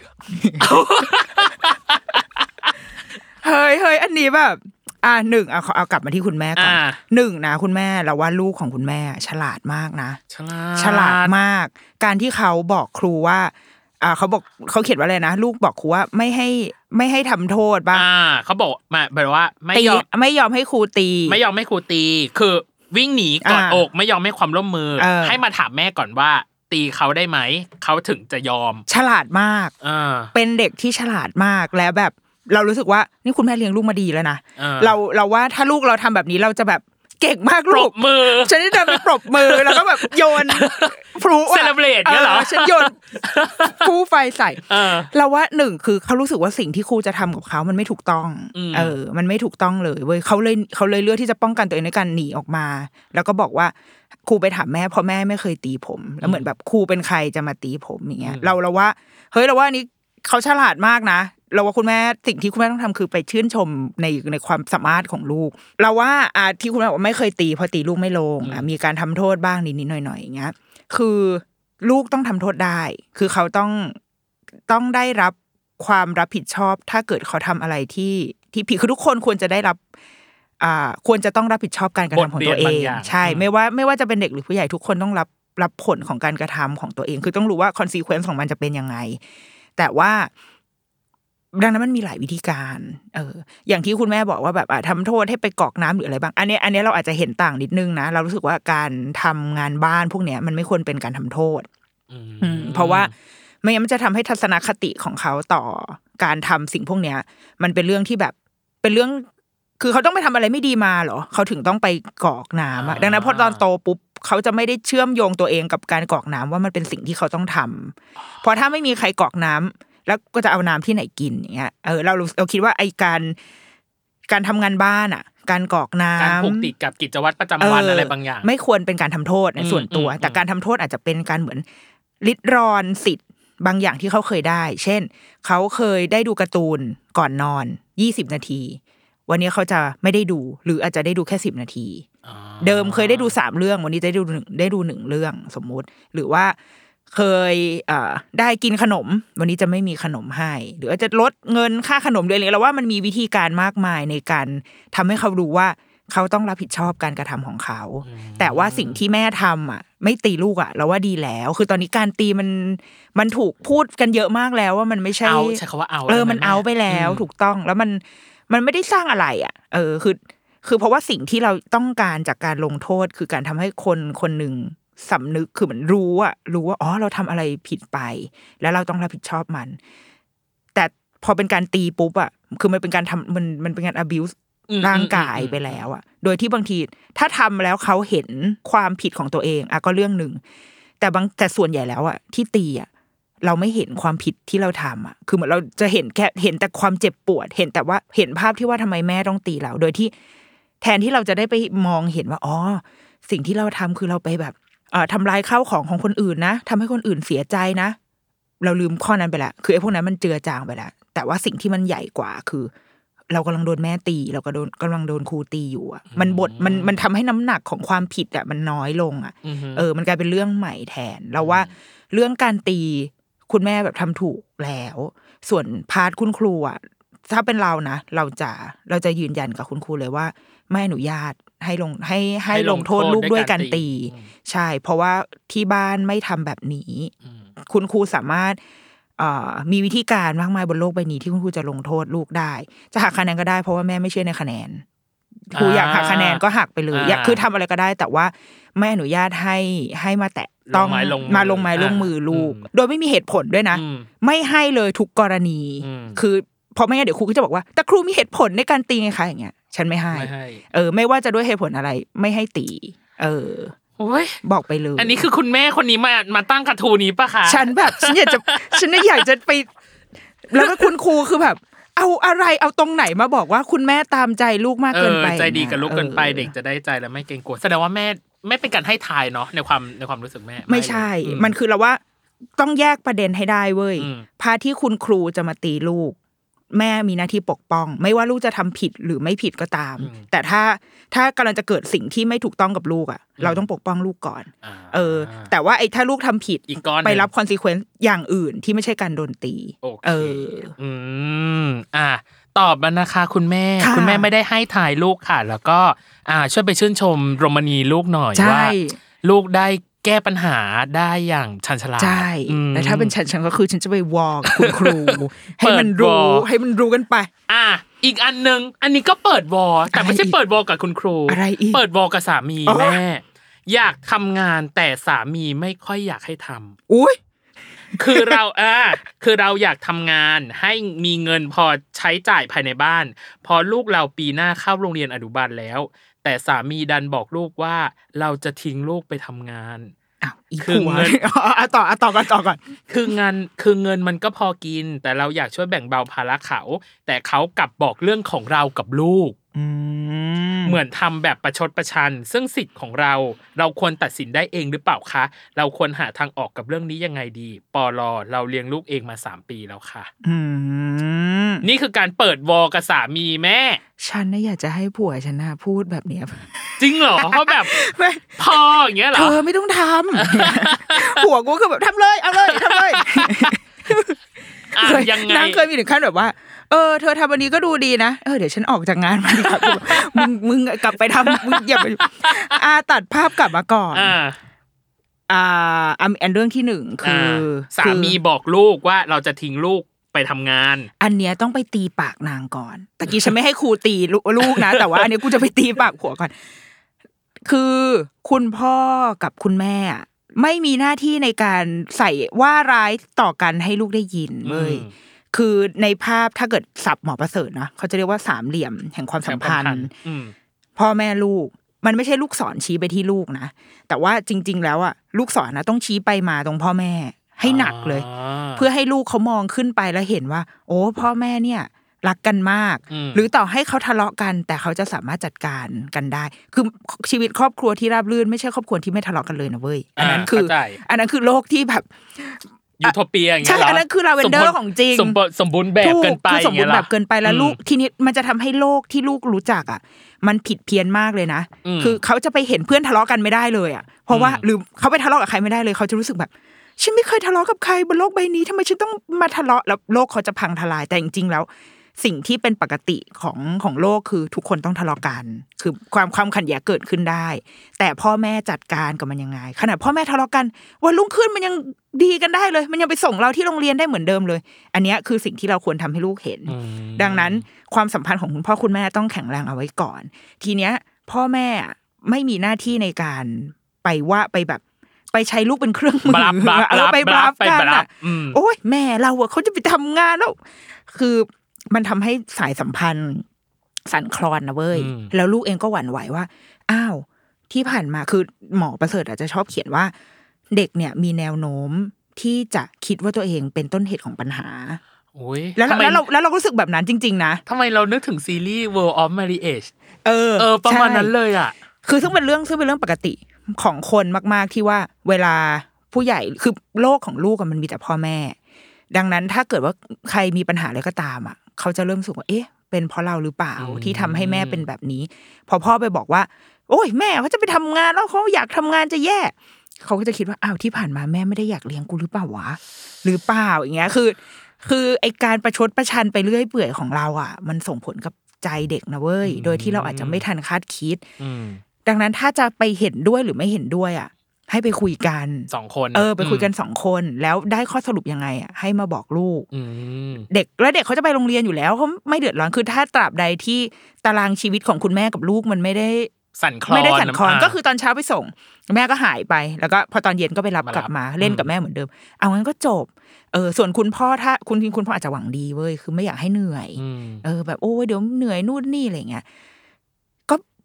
เฮ้ยเฮ้ยอันนี้แบบอ่าหนึ่งเอาเอากลับมาที่คุณแม่ก่อนหนึ่งนะคุณแม่เราว่าลูกของคุณแม่ฉลาดมากนะฉลาดฉลาดมากการที่เขาบอกครูว่าอ่าเขาบอกเขาเขียนว่าอะไรนะลูกบอกครูว่าไม่ให้ไม่ให้ทำโทษป่ะอ่าเขาบอกมาแบบว่าไม่ยอมไม่ยอมให้ครูตีไม่ยอมให้ครูตีคือวิ่งหนีกอดอกไม่ยอมให้ความร่วมมือให้มาถามแม่ก่อนว่าตีเขาได้ไหมเขาถึงจะยอมฉลาดมากเป็นเด็กที่ฉลาดมากแล้วแบบเรารู้สึกว่านี่คุณแม่เลี้ยงลูกมาดีแล้วนะเราเราว่าถ้าลูกเราทำแบบนี้เราจะแบบเก่งมากลูกปรบมือฉันได้เดินไปปรบมือแล้วก็แบบโยนพลุเซเลบเรตเนี่ยเหรอฉันโยนพลุไฟใส่เราว่าหนึ่งคือเขารู้สึกว่าสิ่งที่ครูจะทำกับเขามันไม่ถูกต้องเออมันไม่ถูกต้องเลยเว้ยเขาเลยเขาเลยเลือกที่จะป้องกันตัวเองในการหนีออกมาแล้วก็บอกว่าครูไปถามแม่เพราะแม่ไม่เคยตีผมแล้วเหมือนแบบครูเป็นใครจะมาตีผมอย่างเงี้ยเราเราว่าเฮ้ยเราว่านี้เขาฉลาดมากนะเราว่าคุณแม่สิ่งที่คุณแม่ต้องทำคือไปชื่นชมในในความสามารถของลูกเราว่าอ่าที่คุณแม่บอกไม่เคยตีพอตีลูกไม่ลงอ่ะมีการทำโทษบ้างนิดๆหน่อยๆอย่างเงี้ยคือลูกต้องทำโทษได้คือเขาต้องต้องได้รับความรับผิดชอบถ้าเกิดเขาทำอะไรที่ที่ผิดคือทุกคนควรจะได้รับอ่าควรจะต้องรับผิดชอบการกระทำของตัวเองใช่ไม่ว่าไม่ว่าจะเป็นเด็กหรือผู้ใหญ่ทุกคนต้องรับรับผลของการกระทำของตัวเองคือต้องรู้ว่า consequence ของมันจะเป็นยังไงแต่ว่าดังนั้นมันมีหลายวิธีการเอออย่างที่คุณแม่บอกว่าแบบอ่ะทำโทษให้ไปกรอกน้ำหรืออะไรบ้างอันนี้อันนี้เราอาจจะเห็นต่างนิดนึงนะเรารู้สึกว่าการทำงานบ้านพวกเนี้ยมันไม่ควรเป็นการทำโทษอืมเพราะว่าไม่งั้นมันจะทำให้ทัศนคติของเขาต่อการทำสิ่งพวกเนี้ยมันเป็นเรื่องที่แบบเป็นเรื่องคือเขาต้องไปทำอะไรไม่ดีมาเหรอเขาถึงต้องไปกรอกน้ำอ่ะดังนั้นพอตอนโตปุ๊บเขาจะไม่ได้เชื่อมโยงตัวเองกับการกรอกน้ำว่ามันเป็นสิ่งที่เขาต้องทำเพราะถ้าไม่มีใครกรอกน้ำแล้วก็จะเอาน้ำที่ไหนกินอย่างเงี้ยเออเราเราคิดว่าไอการการทำงานบ้านอ่ะการกรอกน้ำการผูกติดกับกิจวัตรประจำวันอะไรบางอย่างไม่ควรเป็นการทำโทษในส่วนตัวแต่การทำโทษอาจจะเป็นการเหมือนริดรอนสิทธิ์บางอย่างที่เขาเคยได้เช่นเขาเคยได้ดูการ์ตูนก่อนนอนยี่สิบนาทีวันนี้เขาจะไม่ได้ดูหรืออาจจะได้ดูแค่สิบนาทีเดิมเคยได้ดูสามเรื่องวันนี้จะได้ดูหนึ่งได้ดูหนึ่งเรื่องสมมุติหรือว่าเคยอ่าได้กินขนมวันนี้จะไม่มีขนมให้หรืออาจจะลดเงินค่าขนมเดือนนี้แล้วว่ามันมีวิธีการมากมายในการทำให้เขารู้ว่าเขาต้องรับผิดชอบการกระทำของเขาแต่ว่าสิ่งที่แม่ทำอ่ะไม่ตีลูกอ่ะเราว่าดีแล้วคือตอนนี้การตีมันมันถูกพูดกันเยอะมากแล้วว่ามันไม่ใช่เอาใช่คำว่าเอาเออมันเอาไปแล้วถูกต้องแล้วมันมันไม่ได้สร้างอะไรอ่ะเออคือคือเพราะว่าสิ่งที่เราต้องการจากการลงโทษคือการทำให้คนคนหนึ่งสำนึกคือเหมือนรู้อะรู้ว่าอ๋อเราทำอะไรผิดไปแล้วเราต้องรับผิดชอบมันแต่พอเป็นการตีปุ๊บอะคือมันเป็นการทำมันมันเป็นการ abuse ร่างกายไปแล้วอะโดยที่บางทีถ้าทำแล้วเขาเห็นความผิดของตัวเองอะก็เรื่องหนึ่งแต่บางแต่ส่วนใหญ่แล้วอะที่ตีอะเราไม่เห็นความผิดที่เราทำอะคือเหมือนเราจะเห็นแค่เห็นแต่ความเจ็บปวดเห็นแต่ว่าเห็นภาพที่ว่าทำไมแม่ต้องตีเราโดยที่แทนที่เราจะได้ไปมองเห็นว่าอ๋อสิ่งที่เราทำคือเราไปแบบอ่าทำลายข้าวของของคนอื่นนะทำให้คนอื่นเสียใจนะเราลืมข้อนั้นไปแล้วคือไอ้พวกนั้นมันเจือจางไปแล้วแต่ว่าสิ่งที่มันใหญ่กว่าคือเรากำลังโดนแม่ตีเราก็โดนกำลังโดนครูตีอยู่อ่ะมันบทมันมันทำให้น้ำหนักของความผิดอ่ะมันน้อยลงอ่ะเออมันกลายเป็นเรื่องใหม่แทนเราว่าเรื่องการตีคุณแม่แบบทำถูกแล้วส่วนพาร์ทคุณครูอ่ะถ้าเป็นเรานะเราจะเราจะยืนยันกับคุณครูเลยว่าไม่อนุญาตให้ลงให้ให้ลงโทษลูกด้วยการตีใช่เพราะว่าที่บ้านไม่ทำแบบนี้คุณครูสามารถมีวิธีการมากมายบนโลกใบนี้ที่คุณครูจะลงโทษลูกได้จะหักคะแนนก็ได้เพราะว่าแม่ไม่เชื่อในคะแนนครูอยากหักคะแนนก็หักไปเลยอยากคือทำอะไรก็ได้แต่ว่าไม่อนุญาตให้ให้มาแตะต้องมาลงไม้ลงมือลูกโดยไม่มีเหตุผลด้วยนะไม่ให้เลยทุกกรณีคือเพราะไม่งั้นเดี๋ยวครูก็จะบอกว่าแต่ครูมีเหตุผลในการตีไงคะอย่างเงี้ยฉันไม่ให้เออไม่ว่าจะด้วยเหตุผลอะไรไม่ให้ตีเออโอ้ยบอกไปเลยอันนี้คือคุณแม่คนนี้มามาตั้งกระทู้นี้ปะคะฉันแบบฉันอยากจะฉันอยากจะไปแล้วก็คุณครูคือแบบเอาอะไรเอาตรงไหนมาบอกว่าคุณแม่ตามใจลูกมากเกินไปใจดีกับลูกเกินไปเด็กจะได้ใจและไม่เกรงกลัวแสดงว่าแม่ไม่เป็นการให้ทายเนาะในความในความรู้สึกแม่ไม่ใช่มันคือเราว่าต้องแยกประเด็นให้ได้เว้ยพาที่คุณครูจะมาตีลูกแม่มีหน้าที่ปกป้องไม่ว่าลูกจะทำผิดหรือไม่ผิดก็ตามแต่ถ้าถ้ากำลังจะเกิดสิ่งที่ไม่ถูกต้องกับลูกอ่ะเราต้องปกป้องลูกก่อนเออแต่ว่าไอ้ถ้าลูกทำผิดไปรับคอนซีเควนซ์อย่างอื่นที่ไม่ใช่การโดนตีเอออืมอ่ะตอบมานะคะคุณแม่คุณแม่ไม่ได้ให้ถ่ายลูกค่ะแล้วก็อ่าช่วยไปชื่นชมโรมานีลูกหน่อยว่าลูกได้แก้ปัญหาได้อย่างชันฉลาดใช่แต่ถ้าเป็นฉันฉันก็คือฉันจะไปวอลคุณครูให้มันรู้ให้มันรู้กันไปอ่ะอีกอันนึงอันนี้ก็เปิดวอลแต่ไม่ใช่เปิดวอลกับคุณครูเปิดวอลกับสามีแม่อยากทำงานแต่สามีไม่ค่อยอยากให้ทำอุ้ยคือเราอ่าคือเราอยากทำงานให้มีเงินพอใช้จ่ายภายในบ้านพอลูกเราปีหน้าเข้าโรงเรียนอนุบาลแล้วแต่สามีดันบอกลูกว่าเราจะทิ้งลูกไปทำงานอ้าวอีผัวอ่ะต่ออ่ะต่อก่อนต่อก่อนคืองานคือเงินมันก็พอกินแต่เราอยากช่วยแบ่งเบาภาระเขาแต่เขากลับบอกเรื่องของเรากับลูกเหมือนทำแบบประชดประชันซึ่งสิทธิ์ของเราเราควรตัดสินได้เองหรือเปล่าคะเราควรหาทางออกกับเรื่องนี้ยังไงดีปลเราเลี้ยงลูกเองมาสามปีแล้วค่ะนี่คือการเปิดวอลกับสามีแม่ฉันน่ะอยากจะให้ผัวฉันน่ะพูดแบบเนี้ยจริงเหรอเพราะแบบพออย่างเงี้ยเหรอเธอไม่ต้องทำผัวกูคือแบบทำเลยเอาเลยทำเลยยังไงนางเคยมีถึงขั้นแบบว่าเออเธอทำวันนี้ก็ดูดีนะเออเดี๋ยวฉันออกจากงานมาดีกว่ามึงมึงกลับไปทำมึงอย่าไปอ่าตัดภาพกลับมาก่อนอ่าอ่าอันเรื่องที่หนึ่งคือสามีบอกลูกว่าเราจะทิ้งลูกไปทำงานอันเนี้ยต้องไปตีปากนางก่อนตะกี้ฉันไม่ให้ครูตีลูกนะแต่ว่าอันนี้กูจะไปตีปากผัวก่อนคือคุณพ่อกับคุณแม่ไม่มีหน้าที่ในการใส่ว่าร้ายต่อกันให้ลูกได้ยินเลยคือในภาพถ้าเกิดศัพท์หมอประเสริฐนะเขาจะเรียกว่าสามเหลี่ยมแห่งความสัมพันธ์พ่อแม่ลูกมันไม่ใช่ลูกศรชี้ไปที่ลูกนะแต่ว่าจริงๆแล้วอ่ะลูกศรนะต้องชี้ไปมาตรงพ่อแม่ให้หนักเลยเพื่อให้ลูกเขามองขึ้นไปแล้วเห็นว่าโอ้พ่อแม่เนี่ยรักกันมากหรือต่อให้เขาทะเลาะกันแต่เขาจะสามารถจัดการกันได้คือชีวิตครอบครัวที่ราบรื่นไม่ใช่ครอบครัวที่ไม่ทะเลาะกันเลยนะเว้ยอันนั้นคืออันนั้นคือโลกที่แบบยูโทเปียอย่างเงี้ยใช่อันนั้นคือลาเวนเดอร์ของจริงสมบูรณ์สมบูรณ์แบบเกินไปคือสมบูรณ์แบบเกินไปแล้วลูกทีนี้มันจะทำให้โลกที่ลูกรู้จักอ่ะมันผิดเพี้ยนมากเลยนะคือเขาจะไปเห็นเพื่อนทะเลาะกันไม่ได้เลยอ่ะเพราะว่าหรือเขาไปทะเลาะกับใครไม่ได้เลยเขาจะรู้สึกแบบฉันไม่เคยทะเลาะกับใครบนโลกใบนี้ทำไมฉันต้องมาทะเลาะแล้วโลกเขาจะพังทลายแต่จริงๆแล้วสิ่งที่เป็นปกติของของโลกคือทุกคนต้องทะเลาะกันคือความความขัดแย้งเกิดขึ้นได้แต่พ่อแม่จัดการกับมันยังไงขนาดพ่อแม่ทะเลาะกันวันรุ่งขึ้นมันยังดีกันได้เลยมันยังไปส่งเราที่โรงเรียนได้เหมือนเดิมเลยอันนี้คือสิ่งที่เราควรทำให้ลูกเห็นดังนั้นความสัมพันธ์ของคุณพ่อคุณแม่ต้องแข็งแรงเอาไว้ก่อนทีเนี้ยพ่อแม่ไม่มีหน้าที่ในการไปว่าไปแบบไปใช้ลูกเป็นเครื่องมือเออไปบลัฟกันอ่ะโอ๊ยแม่เราอะเขาจะไปทำงานแล้วคือมันทำให้สายสัมพันธ์สั่นคลอนนะเว้ยแล้วลูกเองก็หวั่นไหวว่าอ้าวที่ผ่านมาคือหมอประเสริฐอาจจะชอบเขียนว่าเด็กเนี่ยมีแนวโน้มที่จะคิดว่าตัวเองเป็นต้นเหตุของปัญหาแล้วแล้วเราแล้วเรารู้สึกแบบนั้นจริงๆนะทำไมเรานึกถึงซีรีส์ World of Marriage เออเออประมาณนั้นเลยอ่ะคือซึ่งเป็นเรื่องซึ่งเป็นเรื่องปกติของคนมากๆที่ว่าเวลาผู้ใหญ่คือโลกของลูกมันมีแต่พ่อแม่ดังนั้นถ้าเกิดว่าใครมีปัญหาอะไรก็ตามอ่ะเขาจะเริ่มรู้สึกว่าเอ๊ะเป็นเพราะเราหรือเปล่าที่ทำให้แม่เป็นแบบนี้พอพ่อไปบอกว่าโอ้ยแม่เขาจะไปทำงานแล้วเขาอยากทำงานจะแย่เขาก็จะคิดว่าอ้าวที่ผ่านมาแม่ไม่ได้อยากเลี้ยงกูหรือเปล่าวะหรือเปล่าอย่างเงี้ยคือคือไอการประชดประชันไปเรื่อยเปื่อยของเราอ่ะมันส่งผลกับใจเด็กนะเว้ยโดยที่เราอาจจะไม่ทันคาดคิดดังนั้นถ้าจะไปเห็นด้วยหรือไม่เห็นด้วยอ่ะให้ไปคุยกันสองคนเออไปคุยกันสองคนแล้วได้ข้อสรุปยังไงอ่ะให้มาบอกลูกเด็กแล้วเด็กเขาจะไปโรงเรียนอยู่แล้วเขาไม่เดือดร้อนคือถ้าตราบใดที่ตารางชีวิตของคุณแม่กับลูกมันไม่ได้สั่นคลอนไม่ได้สั่นคลอนก็คือตอนเช้าไปส่งแม่ก็หายไปแล้วก็พอตอนเย็นก็ไปรับกลับมาเล่นกับแม่เหมือนเดิมเอางั้นก็จบเออส่วนคุณพ่อถ้าคุณคุณพ่ออาจจะหวังดีเว้ยคือไม่อยากให้เหนื่อยเออแบบโอ้ยเดี๋ยวเหนื่อยนู่นนี่อะไรเงี้ยก็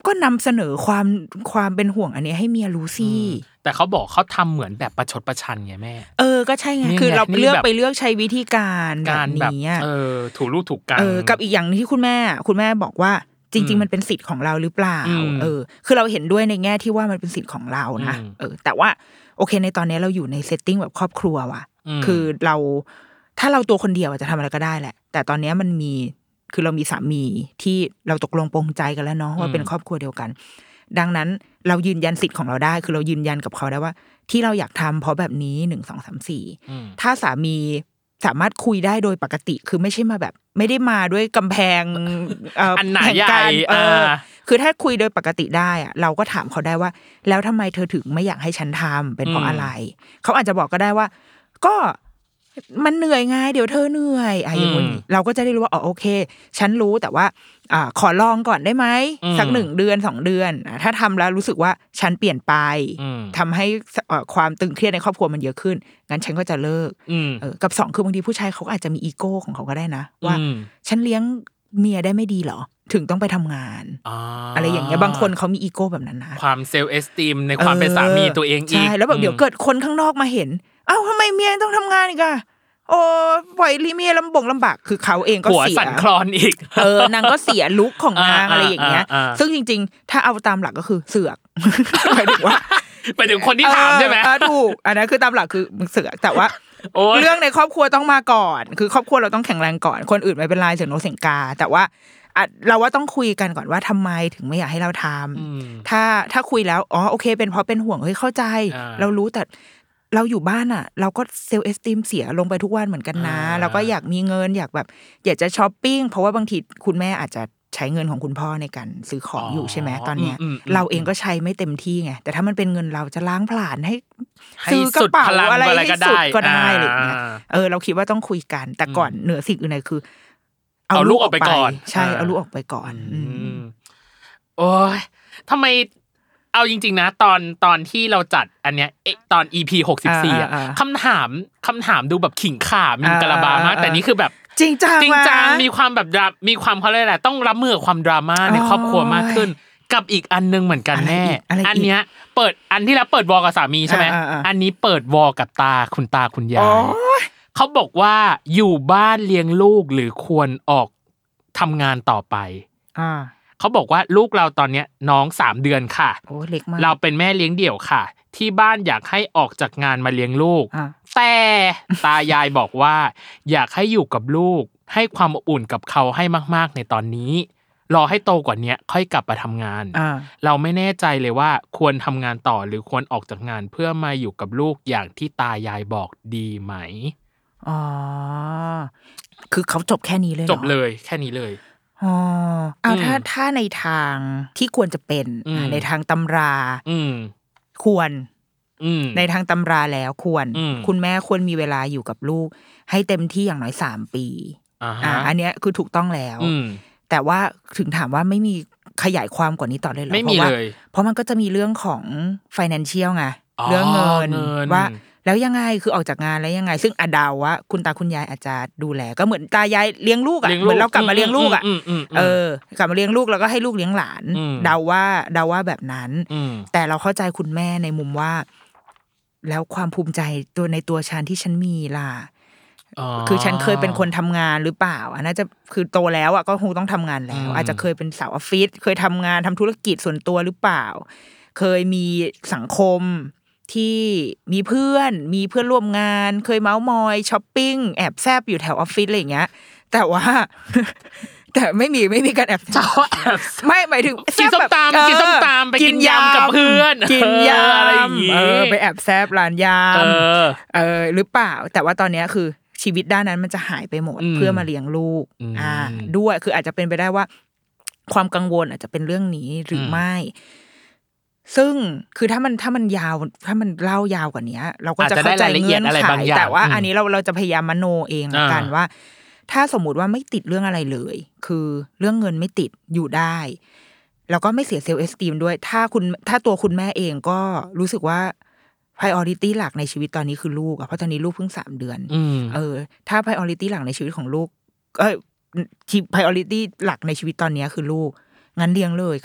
ก็นำเสนอความความเป็นห่วงอันนี้ให้เมียรู้สิแต่เขาบอกเขาทำเหมือนแบบประชดประชันไงแม่เออก็ใช่ไงคือเราเลือกไปเลือกใช้วิธีการแบบนี้เออถูกลูกถูกกันเออกับอีกอย่างที่คุณแม่คุณแม่บอกว่าจริงๆมันเป็นสิทธิ์ของเราหรือเปล่าเออคือเราเห็นด้วยในแง่ที่ว่ามันเป็นสิทธิ์ของเรานะเออแต่ว่าโอเคในตอนนี้เราอยู่ในเซตติ้งแบบครอบครัวว่ะคือเราถ้าเราตัวคนเดียวจะทำอะไรก็ได้แหละแต่ตอนนี้มันมีคือเรามีสามีที่เราตกลงปรงใจกันแล้วเนาะว่าเป็นครอบครัวเดียวกันดังนั้นเรายืนยันสิทธิ์ของเราได้คือเรายืนยันกับเขาได้ว่าที่เราอยากทำเพราะแบบนี้หนึ่งสองสามสี่ถ้าสามีสามารถคุยได้โดยปกติคือไม่ใช่มาแบบไม่ได้มาด้วยกำแพงอันหนาใหญ่เออคือถ้าคุยโดยปกติได้อะเราก็ถามเขาได้ว่าแล้วทำไมเธอถึงไม่อยากให้ฉันทำเป็นเพราะอะไรเขาอาจจะบอกก็ได้ว่าก็มันเหนื่อยไงเดี๋ยวเธอเหนื่อยอะไรอย่างนี้เราก็จะได้รู้ว่าอ๋อโอเคฉันรู้แต่ว่าอ่าขอลองก่อนได้ไหมสักหนึ่งเดือนสองเดือนถ้าทำแล้วรู้สึกว่าฉันเปลี่ยนไปทำให้ความตึงเครียดในครอบครัวมันเยอะขึ้นงั้นฉันก็จะเลิกเออกับสองคือบางทีผู้ชายเขาอาจจะมีอีโก้ของเขาก็ได้นะว่าฉันเลี้ยงเมียได้ไม่ดีหรอถึงต้องไปทำงานอะไรอย่างเงี้ยบางคนเขามีอีโก้แบบนั้นนะความเซลฟ์เอสติมในความเป็นสามีตัวเองอีกใช่แล้วแบบเดี๋ยวเกิดคนข้างนอกมาเห็นเอ้าทำไมเมียต้องทำงานอีกอะโอ้ปล่อยลีเมียลำบงลำบากคือเขาเองก็เสียหัวสั่นคลอนอีกเออนางก็เสียลุคของนางอะไรอย่างเงี้ยซึ่งจริงๆถ้าเอาตามหลักก็คือเสือกหมายถึงว่าไปถึงคนที่ถามใช่ไหมถูกอันนั้นคือตามหลักคือเสือกแต่ว่าเรื่องในครอบครัวต้องมาก่อนคือครอบครัวเราต้องแข็งแรงก่อนคนอื่นไม่เป็นไรเสียงโนเสียงกาแต่ว่าเราว่าต้องคุยกันก่อนว่าทำไมถึงไม่อยากให้เราทำถ้าถ้าคุยแล้วอ๋อโอเคเป็นเพราะเป็นห่วงเฮ้ยเข้าใจเรารู้แต่เราอยู่บ้านอ่ะเราก็เซลล์เอสติมเสียลงไปทุกวันเหมือนกันนะเราก็อยากมีเงินอยากแบบอยากจะช้อปปิ้งเพราะว่าบางทีคุณแม่อาจจะใช้เงินของคุณพ่อในการซื้อของอยู่ใช่ไหมตอนเนี้ยเราเองก็ใช้ไม่เต็มที่ไงแต่ถ้ามันเป็นเงินเราจะล้างผลาญให้ซื้อกระเป๋าอะไรให้สุดก็ได้อะไรอย่างเงี้ยเออเราคิดว่าต้องคุยกันแต่ก่อนเหนือสิ่งอื่นใดคือเอาลูกออกไปก่อนใช่เอาลูกออกไปก่อนโอ้ยทำไมเอาจริงๆนะตอนตอนที่เราจัดอันเนี้ยตอน อี พี หกสิบสี่อ่ะคำถามคำถามดูแบบขิงข่ามีกะลาบามากแต่นี่คือแบบจริงจังจริงจังมีความแบบมีความเขาเรียกอะไรต้องรับมือกับความดราม่าในครอบครัวมากขึ้นกับอีกอันนึงเหมือนกันแน่อันเนี้ยเปิดอันที่แล้วเปิดวอลกับสามีใช่ไหมอันนี้เปิดวอลกับตาคุณตาคุณยายเขาบอกว่าอยู่บ้านเลี้ยงลูกหรือควรออกทำงานต่อไปเขาบอกว่าลูกเราตอนเนี้ยน้องสามเดือนค่ะโอ้เล็กมากเราเป็นแม่เลี้ยงเดี่ยวค่ะที่บ้านอยากให้ออกจากงานมาเลี้ยงลูกแต่ตายายบอกว่าอยากให้อยู่กับลูกให้ความอบอุ่นกับเขาให้มากๆในตอนนี้รอให้โตกว่านี้ค่อยกลับมาทำงานเราไม่แน่ใจเลยว่าควรทำงานต่อหรือควรออกจากงานเพื่อมาอยู่กับลูกอย่างที่ตายายบอกดีไหมอ๋อคือเขาจบแค่นี้เลยเหรอจบเลยแค่นี้เลยอ๋อเอาถ้าถ้าในทางที่ควรจะเป็นในทางตำราควรในทางตำราแล้วควรคุณแม่ควรมีเวลาอยู่กับลูกให้เต็มที่อย่างน้อยสามปีอ่าอันเนี้ยคือถูกต้องแล้วแต่ว่าถึงถามว่าไม่มีขยายความกว่านี้ต่อเลยหรอเพราะว่าเพราะมันก็จะมีเรื่องของ financial ไงเรื่องเงินว่าแล้วยังไงคือออกจากงานแล้วยังไงซึ่งอดาวว่าคุณตาคุณยายอาจจะดูแลก็เหมือนตายายเลี้ยงลูกอ่ะเหมือนเรากลับมาเลี้ยงลูกอ่ะเออกลับมาเลี้ยงลูกแล้วก็ให้ลูกเลี้ยงหลานเดาว่าเดาว่าแบบนั้นแต่เราเข้าใจคุณแม่ในมุมว่าแล้วความภูมิใจตัวในตัวฉันที่ฉันมีล่ะคือฉันเคยเป็นคนทำงานหรือเปล่าอันน่าจะคือโตแล้วอ่ะก็คงต้องทำงานแล้วอาจจะเคยเป็นสาวออฟฟิศเคยทำงานทำธุรกิจส่วนตัวหรือเปล่าเคยมีสังคมที่มีเพื่อนมีเพื่อนร่วมงานเคยเม้ามอยช้อปปิ้งแอบแซบอยู่แถวออฟฟิศอะไรอย่างเงี้ยแต่ว่าแต่ไม่มีไม่มีการแอบแซบไม่หมายถึงกินส้มตำกินส้มตำไปกินยำกับเพื่อนกินยำอะไรอย่างงี้เออไปแอบแซบร้านยำเออหรือเปล่าแต่ว่าตอนนี้คือชีวิตด้านนั้นมันจะหายไปหมดเพื่อมาเลี้ยงลูกอ่าด้วยคืออาจจะเป็นไปได้ว่าความกังวลอาจจะเป็นเรื่องนี้หรือไม่ซึ่งคือถ้ามันถ้ามันยาวถ้ามันเล่ายาวกว่านี้เราก็จะเข้าใจเงื่อนไขแต่ว่าอันนี้เราเราจะพยายามมโนเองละกันว่าถ้าสมมุติว่าไม่ติดเรื่องอะไรเลยคือเรื่องเงินไม่ติดอยู่ได้แล้วก็ไม่เสียเซลล์เอสติมด้วยถ้าคุณถ้าตัวคุณแม่เองก็รู้สึกว่า priority หลักในชีวิตตอนนี้คือลูกอ่ะเพราะตอนนี้ลูกเพิ่งสามเดือนเออถ้า priority หลักในชีวิตของลูกเอ้ย priority หลักในชีวิตตอนนี้คือลูกงั้นเลี้ยงเลยก็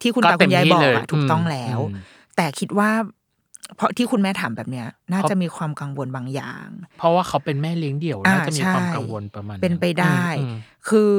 ที่คุณตาคุณยายบอกอะถูกต้องแล้วแต่คิดว่าเพราะที่คุณแม่ถามแบบเนี้ยน่าจะมีความกังวลบางอย่างเพราะว่าเขาเป็นแม่เลี้ยงเดี่ยวน่าจะมีความกังวลประมาณเป็นไปได้คือ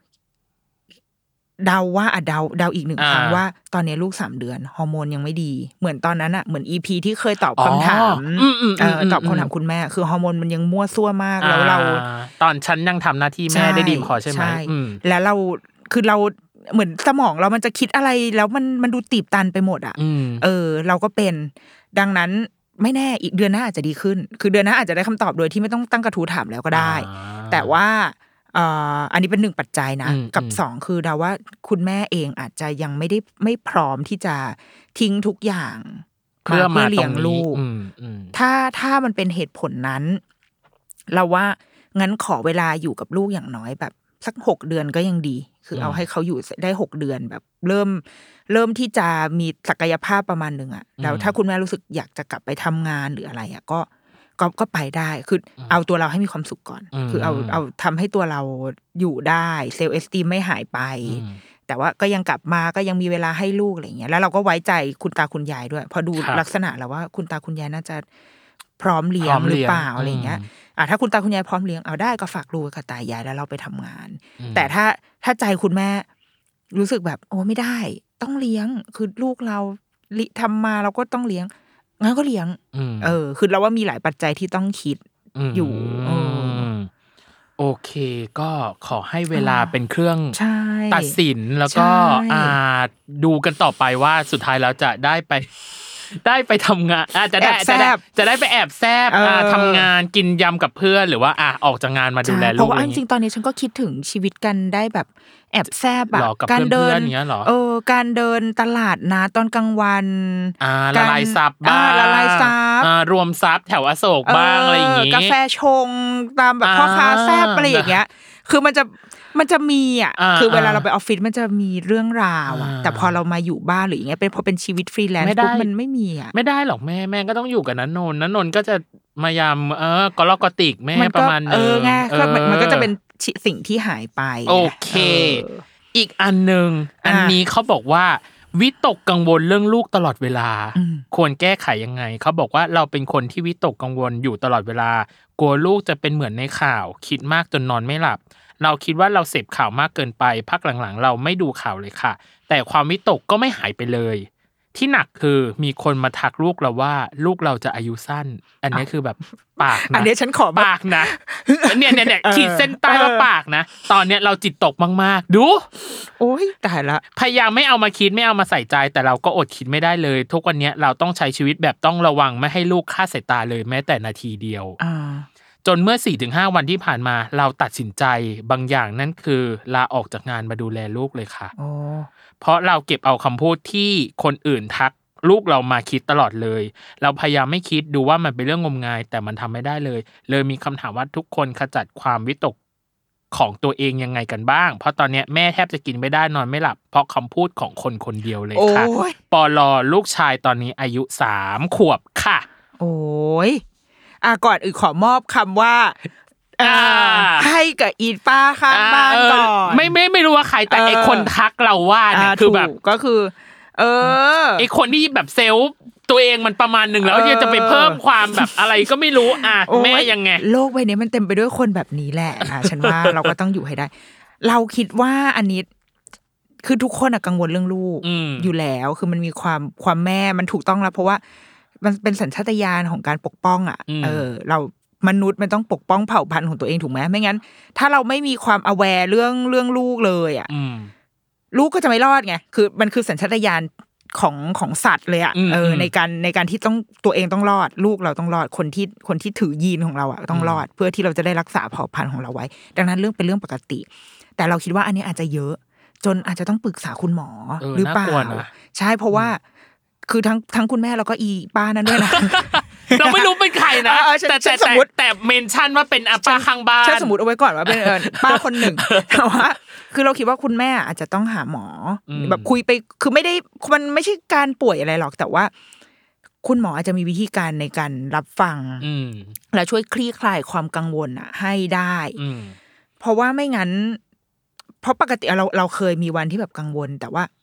เดาว่าอ่ะเดาเดาอีกหนึ่งครั้งว่าตอนนี้ลูกสามเดือนฮอร์โมนยังไม่ดีเหมือนตอนนั้นอ่ะเหมือน อี พี ที่เคยตอบคำถามเอ่อตอบคำถามคุณแม่คือฮอร์โมนมันยังมั่วซั่วมากแล้วเราตอนฉันยังทำหน้าที่แม่ได้ดีพอใช่ไหมแล้วเราคือเราเหมือนสมองเรามันจะคิดอะไรแล้วมันมันดูตีบตันไปหมดอ่ะเออเราก็เป็นดังนั้นไม่แน่อีกเดือนหน้าอาจจะดีขึ้นคือเดือนหน้าอาจจะได้คำตอบโดยที่ไม่ต้องตั้งกระทู้ถามแล้วก็ได้แต่ว่าอ่าอันนี้เป็นหนึ่งปัจจัยนะกับสองคือเราว่าคุณแม่เองอาจจะยังไม่ได้ไม่พร้อมที่จะทิ้งทุกอย่างเพื่อมาเลี้ยงลูกถ้าถ้ามันเป็นเหตุผลนั้นเราว่างั้นขอเวลาอยู่กับลูกอย่างน้อยแบบสักหกเดือนก็ยังดีคือเอาให้เขาอยู่ได้หกเดือนแบบเริ่มเริ่มที่จะมีศักยภาพประมาณนึงอ่ะแล้วถ้าคุณแม่รู้สึกอยากจะกลับไปทำงานหรืออะไรอ่ะก็ก็ก็ไปได้คือเอาตัวเราให้มีความสุขก่อนคือเอาเอาทำให้ตัวเราอยู่ได้เซลล์เอสตีมไม่หายไปแต่ว่าก็ยังกลับมาก็ยังมีเวลาให้ลูกอะไรเงี้ยแล้วเราก็ไว้ใจคุณตาคุณยายด้วยพอดูลักษณะแล้วว่าคุณตาคุณยายน่าจะพร้อมเลี้ยงหรือเปล่าอะไรเงี้ยอ่ะถ้าคุณตาคุณยายพร้อมเลี้ยงเอาได้ก็ฝากลูกกับตายายแล้วเราไปทำงานแต่ถ้าถ้าใจคุณแม่รู้สึกแบบโอ้ไม่ได้ต้องเลี้ยงคือลูกเราทำมาเราก็ต้องเลี้ยงงั้นก็เลี้ยงเออคือเราว่ามีหลายปัจจัยที่ต้องคิดอยู่โอเคก็ขอให้เวลาเป็นเครื่องตัดสินแล้วก็อ่าดูกันต่อไปว่าสุดท้ายแล้วจะได้ไปได้ไปทำงานอาจจะได้จะได้จะได้ไปแอบแซบทำงานกินยำกับเพื่อนหรือว่าอ่ะออกจากงานมาดูแลลูกเพราะว่าจริงๆตอนนี้ฉันก็คิดถึงชีวิตกันได้แบบแอบแซบแบบการเดินเออการเดินตลาดนะตอนกลางวันละลายซับบ้างละลายซับรวมซับแถวอโศกบ้างอะไรอย่างงี้กาแฟชงตามแบบพ่อค้าแซบอะไรอย่างเงี้ยคือมันจะมันจะมีอ่ะคือเวลาเราไปออฟฟิศมันจะมีเรื่องราวอ่ะแต่พอเรามาอยู่บ้านหรืออย่างเงี้ยเป็นพอเป็นชีวิตฟรีแลนซ์ปุ๊บมันไม่มีอ่ะไม่ได้หรอกแม่แม่ก็ต้องอยู่กับนันนนนันนนก็จะมายามเออกอลกอติกแม่ประมาณนึงเออไงมันก็จะเป็นสิ่งที่หายไปโอเคอีกอันนึงอันนี้เขาบอกว่าวิตกกังวลเรื่องลูกตลอดเวลาควรแก้ไขยังไงเขาบอกว่าเราเป็นคนที่วิตกกังวลอยู่ตลอดเวลากลัวลูกจะเป็นเหมือนในข่าวคิดมากจนนอนไม่หลับเราคิดว่าเราเสพข่าวมากเกินไปพักหลังๆเราไม่ดูข่าวเลยค่ะแต่ความวิตกก็ไม่หายไปเลยที่หนักคือมีคนมาทักลูกเราว่าลูกเราจะอายุสั้นอันนี้คือแบบปากนะอันนี้ฉันขอปากนะเนี่ยเนี่ยเนี่ยขีดเส้นใต้ว่าปากนะตอนเนี้ยเราจิตตกมากๆดูโอ๊ยตายละพยายามไม่เอามาคิดไม่เอามาใส่ใจแต่เราก็อดคิดไม่ได้เลยทุกวันนี้เราต้องใช้ชีวิตแบบต้องระวังไม่ให้ลูกคลาดสายตาเลยแม้แต่นาทีเดียวจนเมื่อ สี่ถึงห้า วันที่ผ่านมาเราตัดสินใจบางอย่างนั่นคือลาออกจากงานมาดูแลลูกเลยค่ะเพราะเราเก็บเอาคำพูดที่คนอื่นทักลูกเรามาคิดตลอดเลยเราพยายามไม่คิดดูว่ามันเป็นเรื่องงมงายแต่มันทำไม่ได้เลยเลยมีคำถามว่าทุกคนขจัดความวิตกของตัวเองยังไงกันบ้างเพราะตอนนี้แม่แทบจะกินไม่ได้นอนไม่หลับเพราะคำพูดของคนคนเดียวเลยค่ะปลอลูกชายตอนนี้อายุสามขวบค่ะโอ้ยอ่ะก่อนอื่นขอมอบคำว่าให้กับอีป้าข้างบ้านก่อนไม่ไม่ไม่รู้ว่าใครแต่ไอคนทักเราว่าเนี่ยคือแบบก็คือเออไอคนที่แบบเซลล์ตัวเองมันประมาณนึงแล้วยังจะไปเพิ่มความแบบอะไรก็ไม่รู้อ่ะแม่ยังไงโลกใบนี้มันเต็มไปด้วยคนแบบนี้แหละอ่ะฉันว่าเราก็ต้องอยู่ให้ได้เราคิดว่าอันนี้คือทุกคนอะกังวลเรื่องลูกอยู่แล้วคือมันมีความความแม่มันถูกต้องแล้วเพราะว่ามันเป็นสัญชาตญาณของการปกป้องอ่ะเออเรามนุษย์มันต้องปกป้องเผ่าพันธุ์ของตัวเองถูกไหมไม่งั้นถ้าเราไม่มีความ aware เรื่องเรื่องลูกเลยอ่ะลูกก็จะไม่รอดไงคือมันคือสัญชาตญาณของของสัตว์เลยอ่ะเออในการในการที่ต้องตัวเองต้องรอดลูกเราต้องรอดคนที่คนที่ถือยีนของเราอ่ะต้องรอดเพื่อที่เราจะได้รักษาเผ่าพันธุ์ของเราไว้ดังนั้นเรื่องเป็นเรื่องปกติแต่เราคิดว่าอันนี้อาจจะเยอะจนอาจจะต้องปรึกษาคุณหมอหรือเปล่าใช่เพราะว่าคือทั้งทั้งคุณแม่แล้วก็อีป้านั่นด้วยนะเราไม่รู้เป็นใครนะแต่แต่สมมติแต่เมนชั่นว่าเป็นอาป้าข้างบ้านฉันสมมติเอาไว้ก่อนว่าเป็นป้าคนหนึ่งแต่ว่าคือเราคิดว่าคุณแม่อาจจะต้องหาหมอแบบคุยไปคือไม่ได้มันไม่ใช่การป่วยอะไรหรอกแต่ว่าคุณหมออาจจะมีวิธีการในการรับฟังและช่วยคลี่คลายความกังวลอ่ะให้ได้เพราะว่าไม่งั้นเพราะปกติเราเราเคยมีวันที่แบบกังวลแต่ว่า